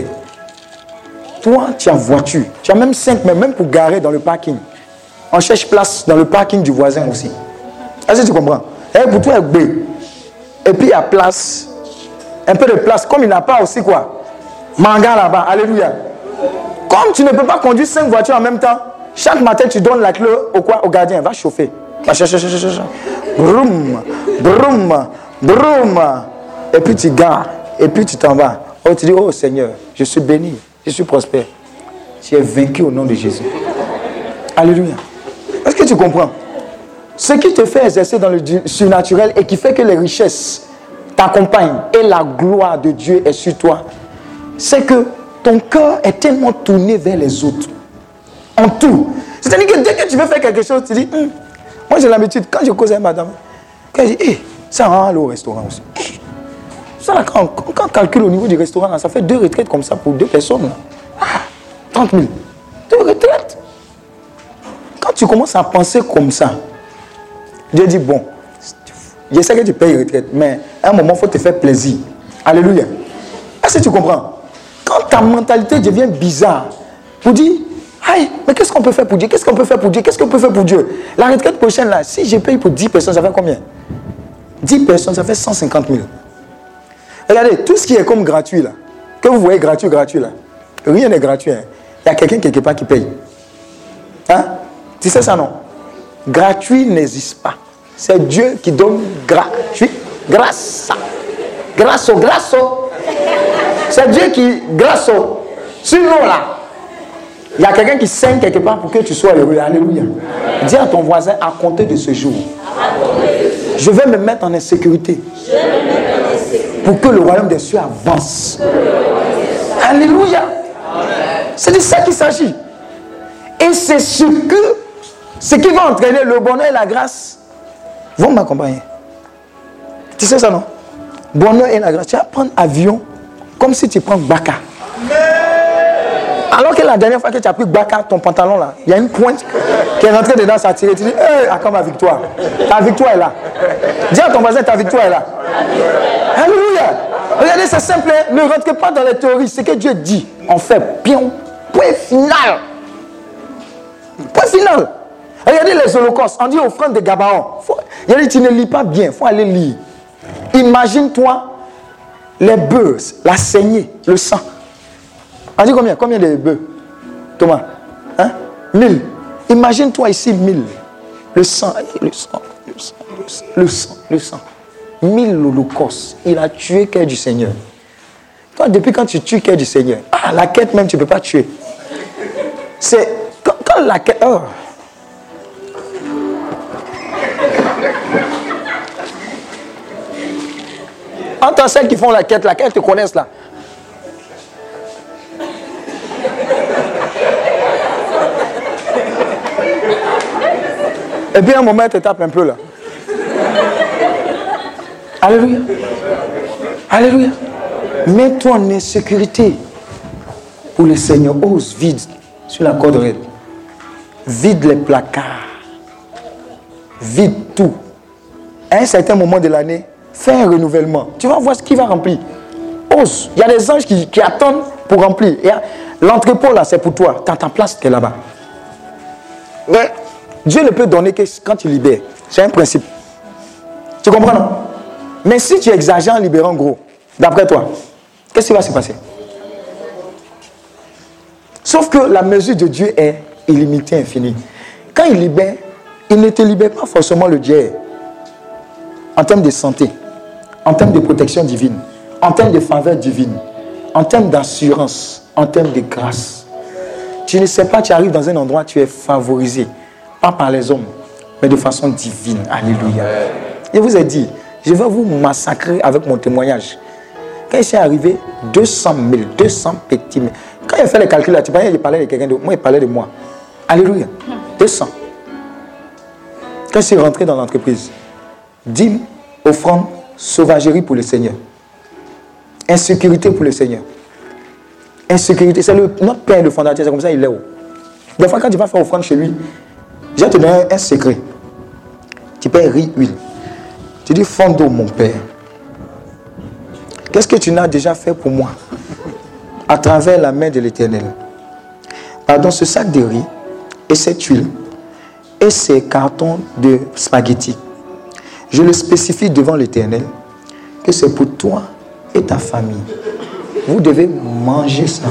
Toi, tu as voiture. Tu as même cinq, mais même pour garer dans le parking. On cherche place dans le parking du voisin aussi. Est-ce que tu comprends? Et pour toi, B. Et puis il y a place. Un peu de place. Comme il n'a pas aussi quoi? Manga là-bas. Alléluia. Comme tu ne peux pas conduire cinq voitures en même temps, chaque matin tu donnes la clé au, quoi, au gardien. Va chauffer. Va chercher, chercher, chercher. Broum, broum, broum. Et puis tu gares. Et puis tu t'en vas. Oh, tu dis, oh Seigneur, je suis béni. Je suis prospère. Tu es vaincu au nom de Jésus. Alléluia. Est-ce que tu comprends? Ce qui te fait exercer dans le surnaturel et qui fait que les richesses t'accompagnent et la gloire de Dieu est sur toi, c'est que ton cœur est tellement tourné vers les autres. En tout. C'est-à-dire que dès que tu veux faire quelque chose, tu dis, hm. Moi j'ai l'habitude, quand je cause avec madame, quand je dis, hey, ça rend aller au restaurant aussi. Ça, là, quand, quand on calcule au niveau du restaurant, là, ça fait deux retraites comme ça pour deux personnes. Là. Ah, trente mille. Deux retraites. Quand tu commences à penser comme ça, Dieu dit, bon, je sais que tu payes retraite, mais à un moment, il faut te faire plaisir. Alléluia. Est-ce que tu comprends? Quand ta mentalité devient bizarre, pour dire, aïe, mais qu'est-ce qu'on peut faire pour Dieu? Qu'est-ce qu'on peut faire pour Dieu? Qu'est-ce qu'on peut faire pour Dieu? La retraite prochaine, là, si je paye pour dix personnes, ça fait combien? dix personnes, ça fait cent cinquante mille. Regardez, tout ce qui est comme gratuit, là, que vous voyez gratuit, gratuit, là, rien n'est gratuit. Hein. Il y a quelqu'un quelque part qui paye. Hein? Tu sais ça, non? Gratuit n'existe pas. C'est Dieu qui donne gratuit. Grâce. Grâce au, grâce au. C'est Dieu qui, grâce au. Sinon, là, il y a quelqu'un qui saigne quelque part pour que tu sois heureux. Alléluia. Dis à ton voisin, à compter de ce jour, je vais me mettre en insécurité pour que le royaume des cieux avance. Alléluia. C'est de ça qu'il s'agit. Et c'est ce que, ce qui va entraîner le bonheur et la grâce vont m'accompagner. Tu sais ça, non? Bonheur et la grâce. Tu vas prendre avion comme si tu prends Baka. Alors que la dernière fois que tu as pris Baka, ton pantalon là, il y a une pointe qui est rentrée dedans, ça a tiré. Tu dis, hé, à quand ma victoire? Ta victoire est là. Dis à ton voisin, ta victoire est là. Alléluia. Regardez, c'est simple. Hein? Ne rentrez pas dans les théories. Ce que Dieu dit, on fait bien. Point final. Point final. Regardez les holocaustes. On dit offrande de Gabaon. Faut, il a dit, tu ne lis pas bien. Il faut aller lire. Imagine-toi les bœufs, la saignée, le sang. On dit combien? Combien de bœufs? Thomas? Hein? Mille. Imagine-toi ici mille. Le sang, le sang, le sang, le sang, le sang, le sang. Mille holocaustes. Il a tué le cœur du Seigneur. Toi, depuis quand tu tues le cœur du Seigneur, ah, la quête même, tu ne peux pas tuer. C'est quand, quand la quête. Oh. Entre celles qui font la quête, laquelle te connaissent là. Et puis à un moment, elle te tape un peu là. Alléluia. Alléluia. Mets-toi en insécurité pour le Seigneur. Ose, vide sur la corde raide. Vide les placards. Vide tout. À un certain moment de l'année, fais un renouvellement. Tu vas voir ce qui va remplir. Ose. Il y a des anges qui, qui attendent pour remplir. L'entrepôt là, c'est pour toi. Tu as ta place qui est là-bas. Mais Dieu ne peut donner que quand tu libères. C'est un principe. Tu comprends, non? Mais si tu exagères en libérant gros, d'après toi, qu'est-ce qui va se passer? Sauf que la mesure de Dieu est illimitée, infinie. Quand il libère, il ne te libère pas forcément le Dieu en termes de santé, en termes de protection divine, en termes de faveur divine, en termes d'assurance, en termes de grâce. Tu ne sais pas, tu arrives dans un endroit, tu es favorisé, pas par les hommes, mais de façon divine. Alléluia. Je vous ai dit, je vais vous massacrer avec mon témoignage. Quand il s'est arrivé, deux cent mille, deux cents petits mille. Quand il a fait les calculs là, tu parlais, il parlait de quelqu'un d'autre. Moi, il parlait de moi. Alléluia. deux cents. Quand je suis rentré dans l'entreprise, dîmes, offrande, sauvagerie pour le Seigneur. Insécurité pour le Seigneur. Insécurité. C'est le, notre père, le fondateur, c'est comme ça, il est haut. Des fois, quand tu vas faire offrande chez lui, je vais te donner un secret. Tu payes riz, huile. Tu dis, Fondo, mon père, qu'est-ce que tu n'as déjà fait pour moi à travers la main de l'Éternel? Pardon, ce sac de riz et cette huile et ces cartons de spaghettis, je le spécifie devant l'Éternel que c'est pour toi et ta famille. Vous devez manger ça.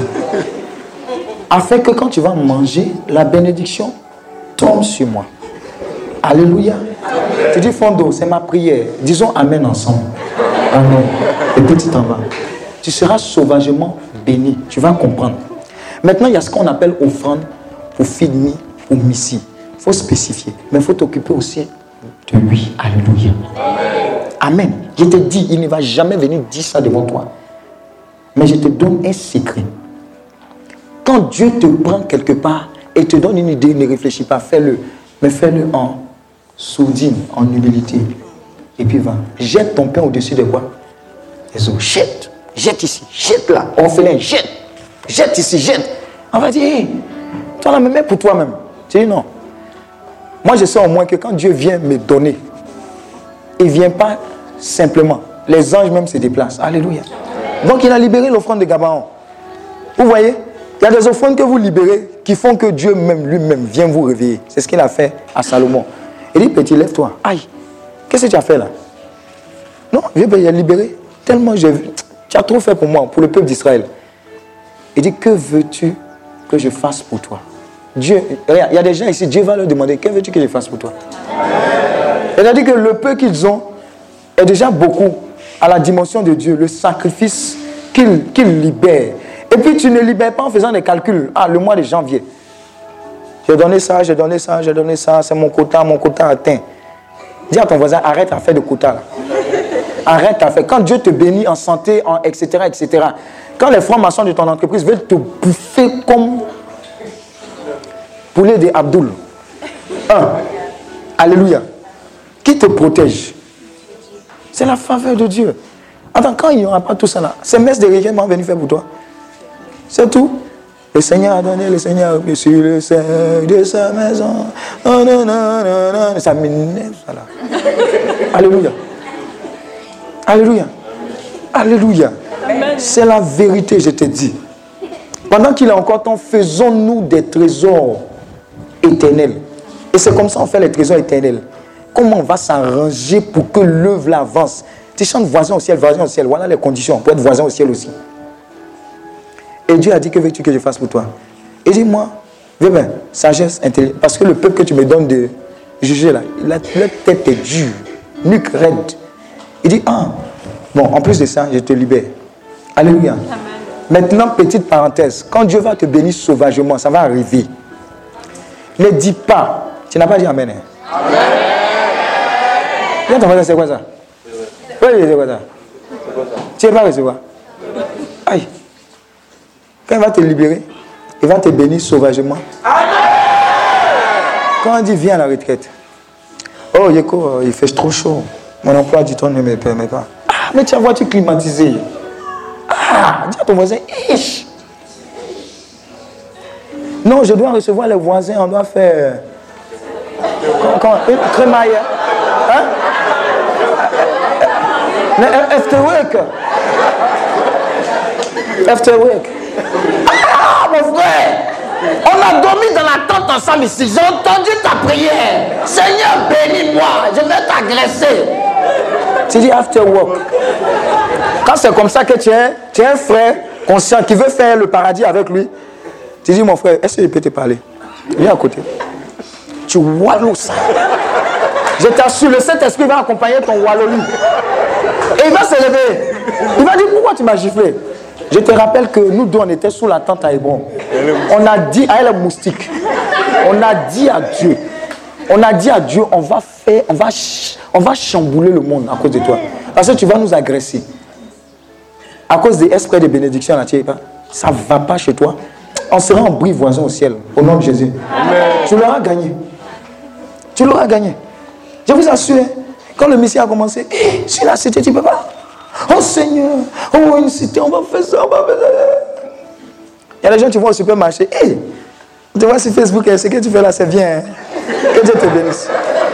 Afin que quand tu vas manger, la bénédiction tombe sur moi. Alléluia. Tu dis, Fondo, c'est ma prière. Disons Amen ensemble. Amen. Et puis tu t'en vas. Tu seras sauvagement béni. Tu vas comprendre. Maintenant, il y a ce qu'on appelle offrande pour Fidmi ou Missi. Il faut spécifier. Mais il faut t'occuper aussi de lui. Alléluia. Amen. Je te dis, il ne va jamais venir dire ça devant toi. Mais je te donne un secret. Quand Dieu te prend quelque part et te donne une idée, ne réfléchis pas, fais-le. Mais fais-le en sourdine, en humilité. Et puis va. Jette ton pain au-dessus de quoi? Les eaux. Jette. Jette ici. Jette là. Orphelin, jette. Jette ici, jette. On va dire, hey, toi là, même pour toi-même. Tu dis non. Moi, je sais au moins que quand Dieu vient me donner, il ne vient pas simplement. Les anges même se déplacent. Alléluia. Donc, il a libéré l'offrande de Gabaon. Vous voyez? Il y a des offrandes que vous libérez qui font que Dieu même lui-même vient vous réveiller. C'est ce qu'il a fait à Salomon. Il dit, petit, lève-toi. Aïe, qu'est-ce que tu as fait là? Non, il a libéré. Tellement j'ai vu. Tu as trop fait pour moi, pour le peuple d'Israël. Il dit, que veux-tu que je fasse pour toi? Dieu, regarde, il y a des gens ici, Dieu va leur demander, que veux-tu que je fasse pour toi? C'est-à-dire que le peu qu'ils ont est déjà beaucoup à la dimension de Dieu, le sacrifice qu'il qu'il libère. Et puis tu ne libères pas en faisant des calculs. Ah, le mois de janvier. J'ai donné ça, j'ai donné ça, j'ai donné ça, c'est mon quota, mon quota atteint. Dis à ton voisin, arrête à faire de quota là. Arrête à faire. Quand Dieu te bénit en santé, en et cetera, et cetera. Quand les francs-maçons de ton entreprise veulent te bouffer comme poulet de Abdoul. Un. Alléluia. Qui te protège? C'est la faveur de Dieu. Attends, quand il n'y aura pas tout ça là, ces messes de rivière vont venir faire pour toi. C'est tout. Le Seigneur a donné, le Seigneur a pris sur le seuil de sa maison. Oh, non, non, non, non. Ça m'énerve, ça là. Alléluia. Alléluia. Alléluia. C'est la vérité, je te dis. Pendant qu'il est encore temps, faisons-nous des trésors éternels. Et c'est comme ça qu'on fait les trésors éternels. Comment on va s'arranger pour que l'œuvre avance? Tu chantes voisin au ciel, voisin au ciel. Voilà les conditions pour être voisin au ciel aussi. Et Dieu a dit, que veux-tu que je fasse pour toi? Et dis-moi, viens bien, sagesse, intelligence. Parce que le peuple que tu me donnes de juger là, la, la tête est dure, nuque raide. Il dit, ah, bon, en plus de ça, je te libère. Alléluia. Amen. Maintenant, petite parenthèse, quand Dieu va te bénir sauvagement, ça va arriver. Ne dis pas. Tu n'as pas dit Amen. Hein? Amen. Viens ton voisin, c'est quoi ça? Oui, c'est quoi ça? Tu n'es pas recevoir. Aïe. Quand il va te libérer, il va te bénir sauvagement. Quand on dit viens à la retraite, oh Yeko, il fait trop chaud. Mon emploi du temps ne me permet pas. Ah, mais tu as voiture climatisée. Ah, dis à ton voisin, ish. Non, je dois recevoir les voisins, on doit faire. Comment? Une crémaille. Hein? After work. After work. Ah, mon frère! On a dormi dans la tente ensemble ici. J'ai entendu ta prière. Seigneur, bénis-moi. Je vais t'agresser. Tu dis after work. Quand c'est comme ça que tu es, tu es un frère conscient qui veut faire le paradis avec lui, tu dis, mon frère, est-ce qu'il peut te parler? Viens à côté. Tu wallows ça. Je t'assure, le Saint-Esprit va accompagner ton wallowing. Et il va se lever. Il va dire, pourquoi tu m'as giflé? Je te rappelle que nous deux, on était sous la tente à Hébron. On a dit à elle moustique. On a dit à Dieu. On a dit à Dieu, on va faire, on va, on va chambouler le monde à cause de toi. Parce que tu vas nous agresser. À cause des esprits de bénédiction, là, tu sais pas. Ça ne va pas chez toi. On sera en bruit voisin au ciel. Au nom de Jésus. Amen. Tu l'auras gagné. Tu l'auras gagné. Je vous assure, quand le Messie a commencé, hey, sur la cité, tu ne peux pas. Oh Seigneur, oh une cité, on va faire ça, on va faire ça. Il y a des gens qui vont au supermarché. Hey, tu vois sur Facebook, ce que tu fais là, c'est bien. Hein? Que Dieu te bénisse.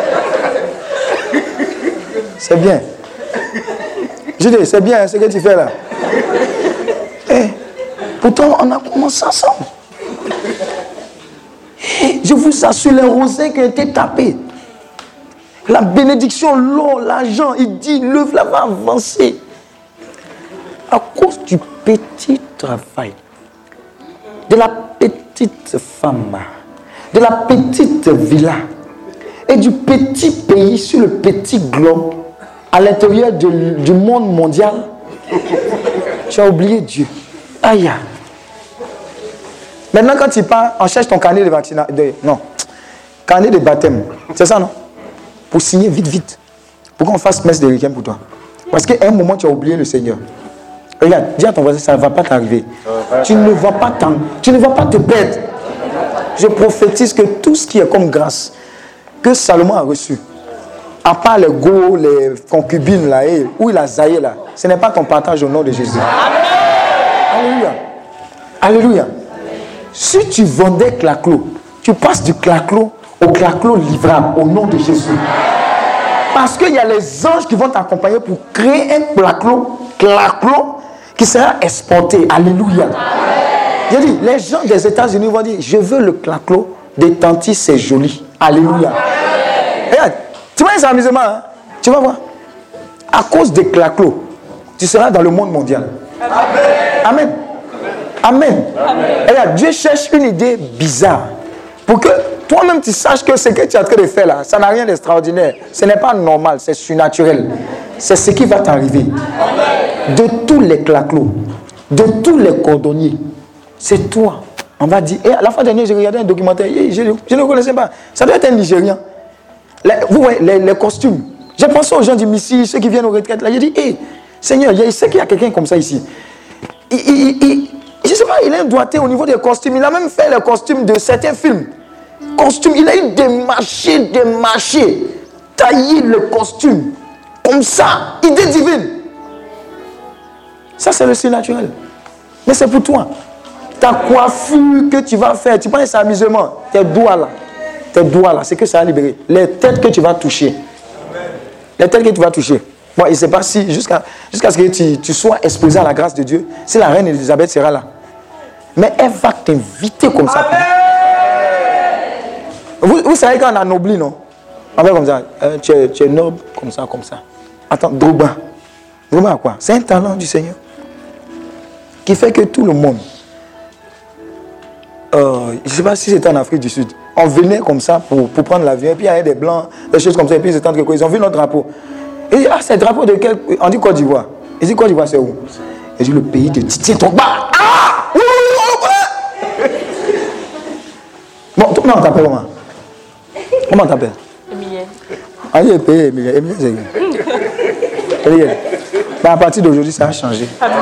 C'est bien. Je dis, c'est bien ce que tu fais là. Hey, pourtant, on a commencé ensemble. Hey, je vous assure, les rosins qui ont été tapés. La bénédiction, l'or, l'argent, il dit, l'œuvre là va avancer. À cause du petit travail, de la petite femme, de la petite villa et du petit pays sur le petit globe, à l'intérieur du monde mondial, tu as oublié Dieu. Aïe. Maintenant, quand tu pars, on cherche ton carnet de vaccination. Non, carnet de baptême. C'est ça, non? Pour signer vite, vite. Pour qu'on fasse messe de week-end pour toi. Parce qu'à un moment, tu as oublié le Seigneur. Regarde, dis à ton voisin, ça ne va pas t'arriver. Tu ne vas pas t'en, tu ne vas pas te perdre. Je prophétise que tout ce qui est comme grâce que Salomon a reçu, à part les go, les concubines là, et, où il a zaillé là, ce n'est pas ton partage au nom de Jésus. Alléluia. Alléluia. Si tu vendais claclo, tu passes du claclo au claclo livrable au nom de Jésus. Parce qu'il y a les anges qui vont t'accompagner pour créer un claclo, claclo qui sera exporté. Alléluia. J'ai dit, les gens des États-Unis vont dire, je veux le claclo des tantis, c'est joli. Alléluia. Regarde, tu vois, c'est amusement, hein? Tu vas voir. À cause des claclos, tu seras dans le monde mondial. Amen. Amen. Amen. Regarde, Dieu cherche une idée bizarre pour que toi-même tu saches que ce que tu es en train de faire là, ça n'a rien d'extraordinaire. Ce n'est pas normal, c'est surnaturel. C'est ce qui va t'arriver. De tous les claclos, de tous les cordonniers, c'est toi. On va dire, et à la fin dernière, j'ai regardé un documentaire, je, je ne le connaissais pas. Ça doit être un Nigérien. Les, vous voyez, les, les costumes. J'ai pensé aux gens du Missi, ceux qui viennent aux retraites là. J'ai dit, hé, hey, Seigneur, il sait qu'il y a quelqu'un comme ça ici. Il, il, il, je ne sais pas, il a un doigté au niveau des costumes. Il a même fait les costumes de certains films. Costumes, il a eu des marchés, des marchés. Tailler le costume. Comme ça. Idée divine. Ça, c'est le surnaturel. Mais c'est pour toi. Ta coiffure que tu vas faire, tu penses que c'est amusement. Tes doigts là. Tes doigts là, c'est que ça va libérer. Les têtes que tu vas toucher. Les têtes que tu vas toucher. Bon, il ne sait pas si, jusqu'à jusqu'à ce que tu, tu sois exposé à la grâce de Dieu, si la reine Elisabeth sera là. Mais elle va t'inviter comme ça. Vous, vous savez qu'on anoblit, non? On fait comme ça. Euh, tu, es, tu es noble, comme ça, comme ça. Attends, Drogba. Drogba à quoi? C'est un talent du Seigneur. Qui fait que tout le monde, euh, je ne sais pas si c'était en Afrique du Sud, on venait comme ça pour, pour prendre l'avion, et puis il y avait des blancs, des choses comme ça, et puis ils étaient entre quoi? Ils ont vu notre drapeau. Et ils disent, ah, c'est le drapeau de quel? On dit Côte d'Ivoire. Ils disent Côte d'Ivoire, c'est où? Ils disent le pays de Didier Drogba. Ah! Oui, oui, oui, oui. Bon, Comment on t'appelle, comment? Comment on t'appelle? Emilienne. Allez, payer Emilienne. Emilienne, c'est Emilienne. Mais à partir d'aujourd'hui, ça a changé. Amen.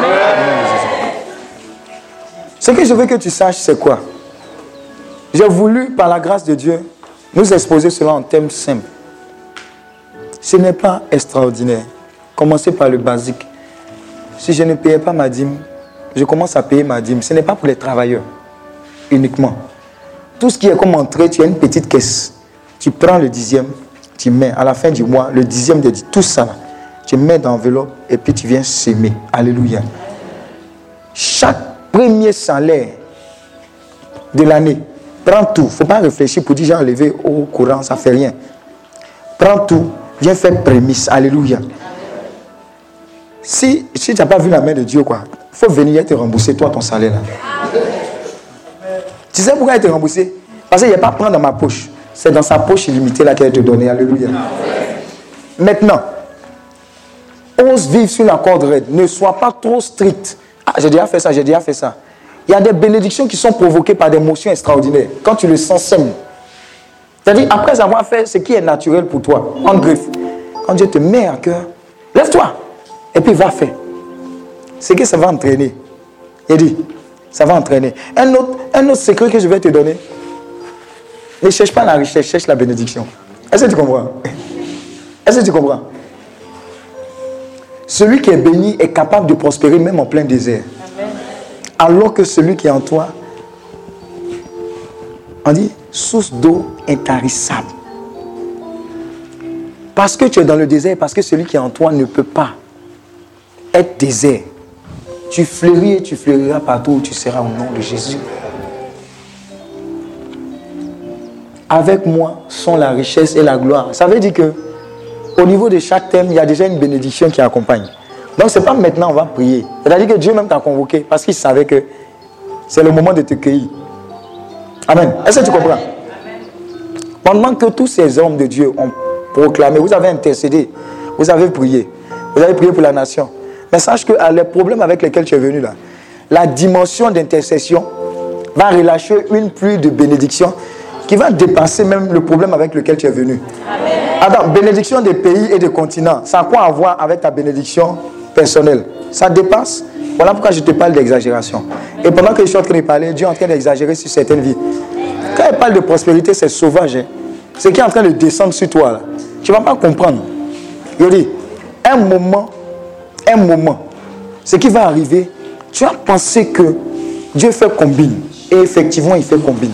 Ce que je veux que tu saches, c'est quoi? J'ai voulu, par la grâce de Dieu, nous exposer cela en termes simples. Ce n'est pas extraordinaire. Commencez par le basique. Si je ne payais pas ma dîme, je commence à payer ma dîme. Ce n'est pas pour les travailleurs uniquement. Tout ce qui est comme entrée, tu as une petite caisse. Tu prends le dixième, tu mets à la fin du mois, le dixième de tout ça, là, tu mets dans l'enveloppe et puis tu viens semer. Alléluia. Chaque premier salaire de l'année, prends tout. Il ne faut pas réfléchir pour dire j'ai enlevé au courant, ça ne fait rien. Prends tout, viens faire prémisse. Alléluia. Si, si tu n'as pas vu la main de Dieu, quoi, il faut venir te rembourser, toi, ton salaire. Là. Tu sais pourquoi il te rembourser? Parce qu'il n'y a pas à prendre dans ma poche. C'est dans sa poche illimitée là qu'elle te donne. Alléluia. Maintenant, ose vivre sur la corde raide. Ne sois pas trop strict. Ah, j'ai déjà fait ça, j'ai déjà fait ça. Il y a des bénédictions qui sont provoquées par des motions extraordinaires. Quand tu le sens, sème. C'est-à-dire, après avoir fait ce qui est naturel pour toi, en griffe, quand Dieu te met à cœur, lève-toi. Et puis va faire. C'est que ça va entraîner. Il dit, ça va entraîner. Un autre, un autre secret que je vais te donner. Ne cherche pas la richesse, cherche la bénédiction. Est-ce que tu comprends? Est-ce que tu comprends? Celui qui est béni est capable de prospérer même en plein désert. Amen. Alors que celui qui est en toi, on dit, source d'eau intarissable. Parce que tu es dans le désert, parce que celui qui est en toi ne peut pas être désert. Tu fleuris et tu fleuriras partout où tu seras au nom de Jésus. Avec moi sont la richesse et la gloire. Ça veut dire que au niveau de chaque thème, il y a déjà une bénédiction qui accompagne. Donc ce n'est pas maintenant on va prier. C'est-à-dire que Dieu même t'a convoqué parce qu'il savait que c'est le moment de te cueillir. Amen. Est-ce que tu comprends? Pendant que tous ces hommes de Dieu ont proclamé, vous avez intercédé, vous avez prié, vous avez prié pour la nation. Mais sache que les problèmes avec lesquels tu es venu là, la dimension d'intercession va relâcher une pluie de bénédiction qui va dépasser même le problème avec lequel tu es venu. Amen. Attends, bénédiction des pays et des continents, ça a quoi à voir avec ta bénédiction personnelle? Ça dépasse. Voilà pourquoi je te parle d'exagération. Et pendant que je suis en train de parler, Dieu est en train d'exagérer sur certaines vies. Quand il parle de prospérité, c'est sauvage. Hein? Ce qui est en train de descendre sur toi, là, tu ne vas pas comprendre. Je dis, un moment, un moment, ce qui va arriver, tu vas penser que Dieu fait combine. Et effectivement, il fait combine.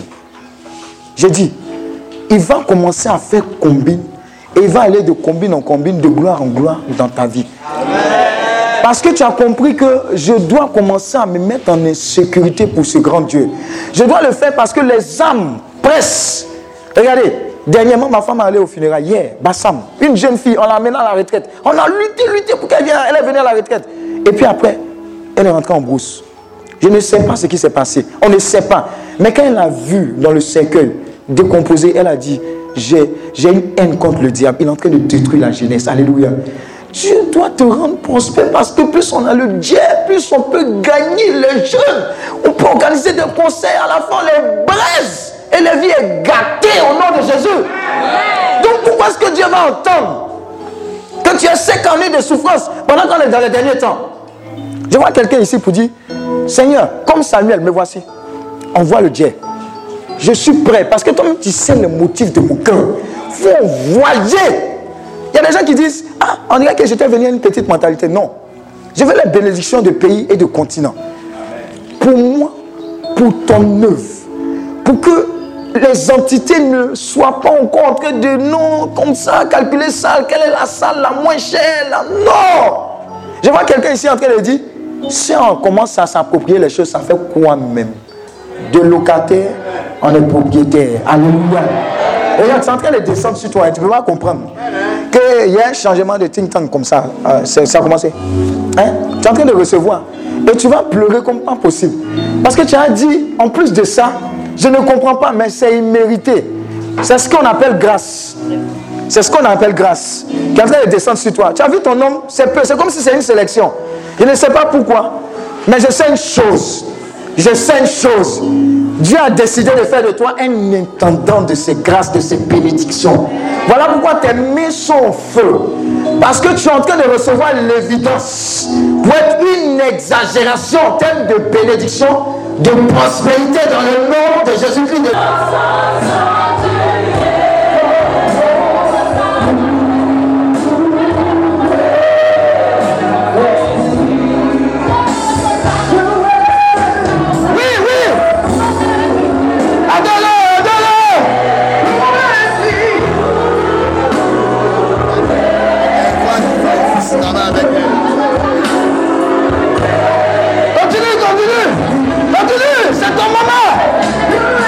J'ai dit, il va commencer à faire combine et il va aller de combine en combine, de gloire en gloire dans ta vie. Amen. Parce que tu as compris que je dois commencer à me mettre en insécurité pour ce grand Dieu. Je dois le faire parce que les âmes pressent. Regardez, dernièrement, ma femme est allée au funérail hier, Bassam, une jeune fille, on l'a amenée à la retraite. On a lutté, lutté pour qu'elle vienne, elle est venue à la retraite. Et puis après, elle est rentrée en brousse. Je ne sais pas ce qui s'est passé. On ne sait pas. Mais quand elle a vu dans le cercueil décomposé, elle a dit, j'ai, j'ai une haine contre le diable. Il est en train de détruire la jeunesse. Alléluia. Dieu doit te rendre prospère parce que plus on a le Dieu, plus on peut gagner les jeunes. On peut organiser des concerts à la fin, les braises. Et la vie est gâtée au nom de Jésus. Ouais. Donc pourquoi est-ce que Dieu va entendre que tu as cinq années de souffrance pendant qu'on est dans les derniers temps? Je vois quelqu'un ici pour dire, Seigneur, comme Samuel, me voici. Envoie le Dieu. Je suis prêt parce que toi-même tu sais le motif de mon cœur. Il faut voyager. Il y a des gens qui disent, ah, on dirait que j'étais venu à une petite mentalité. Non. Je veux la bénédiction de pays et de continents. Pour moi, pour ton œuvre, pour que les entités ne soient pas encore en train de non, comme ça, calculer ça, quelle est la salle la moins chère, là. Non. Je vois quelqu'un ici en train de dire, si on commence à s'approprier les choses, ça fait quoi même? De locataire, on est propriétaire. Alléluia. Regarde, c'est en train de descendre sur toi. Tu ne peux pas comprendre qu'il y a un changement de think tank comme ça. Euh, ça a commencé. Hein? Tu es en train de recevoir. Et tu vas pleurer comme pas possible. Parce que tu as dit, en plus de ça, je ne comprends pas, mais c'est immérité. C'est ce qu'on appelle grâce. C'est ce qu'on appelle grâce. Qui est en train de descendre sur toi. Tu as vu ton homme, c'est peu. C'est comme si c'est une sélection. Je ne sais pas pourquoi, mais je sais une chose. Je sais une chose. Dieu a décidé de faire de toi un intendant de ses grâces, de ses bénédictions. Voilà pourquoi tes mains sont au feu. Parce que tu es en train de recevoir l'évidence pour être une exagération en termes de bénédiction, de prospérité dans le nom de Jésus-Christ. De... C'est ton moment.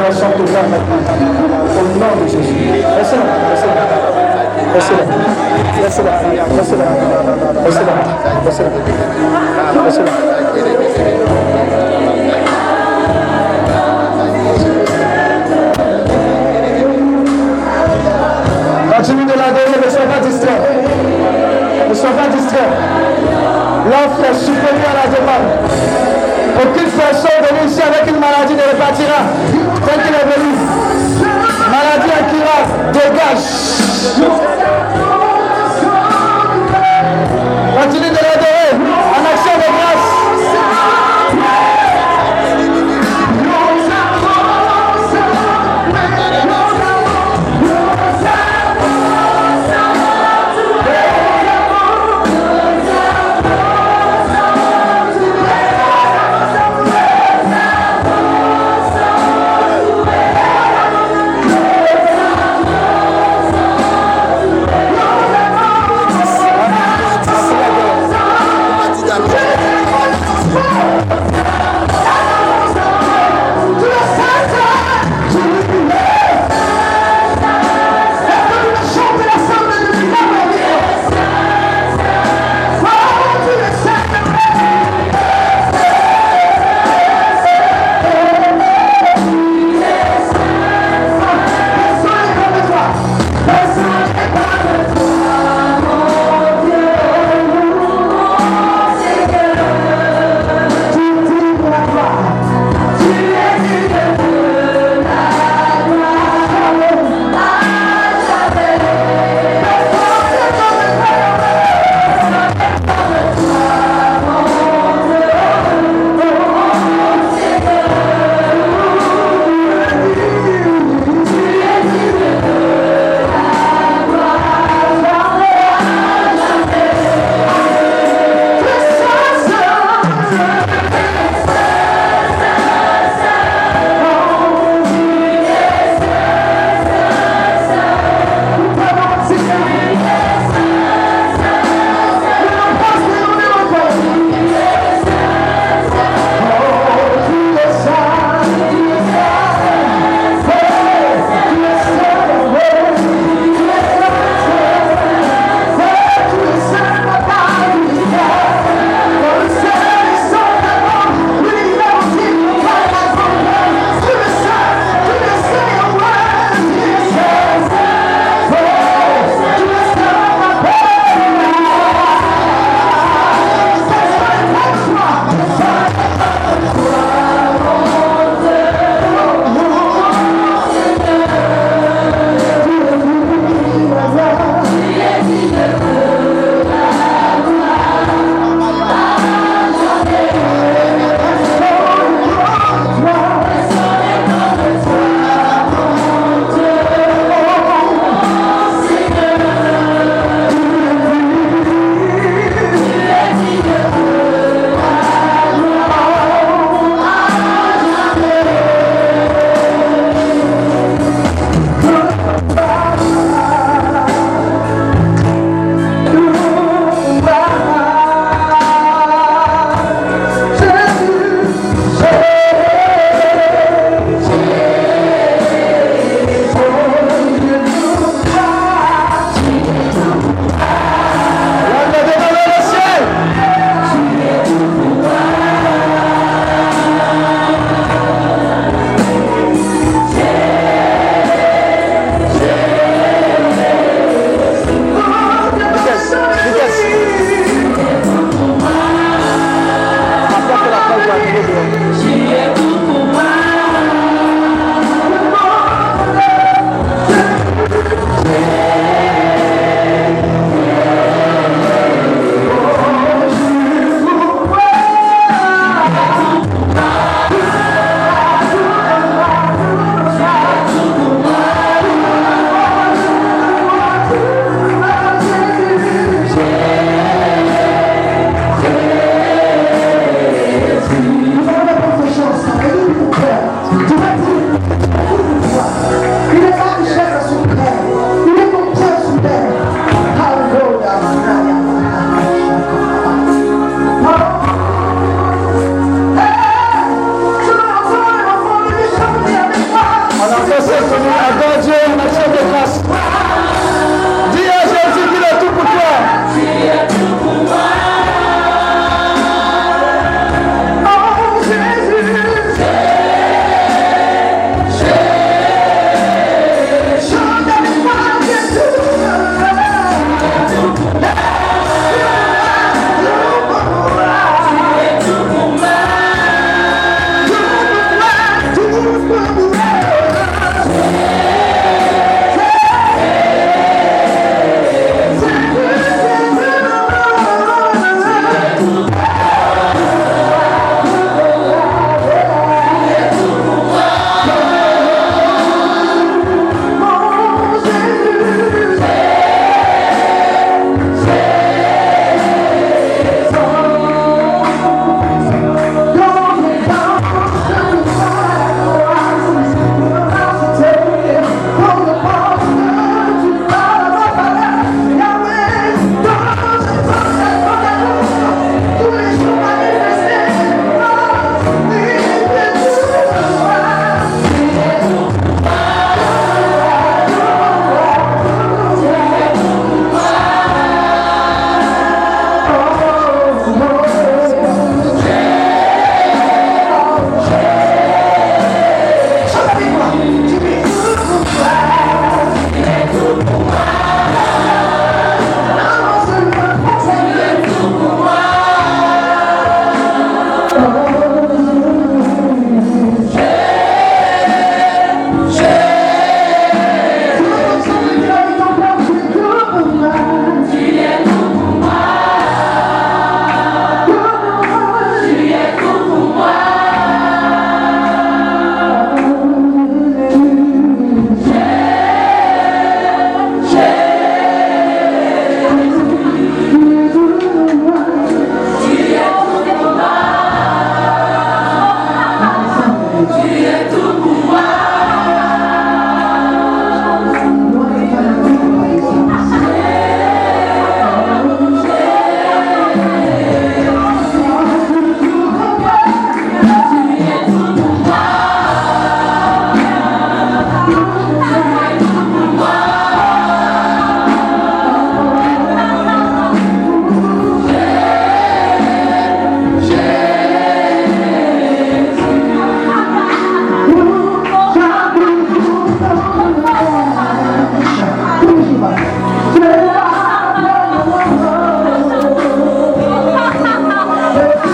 libération totale maintenant. Au nom de Jésus. Laissez-la, laissez-la. Laissez-la. Laissez-la. Laissez-la. Laissez-la. Laissez-la. Laissez-la. Continue de l'adorer, ne sois pas distrait. Ne sois pas distrait. L'offre est supérieure à la demande. Aucune personne venue ici avec une maladie ne repartira tel qu'il est venu. Maladie incurable, dégage. Continue de l'adorer.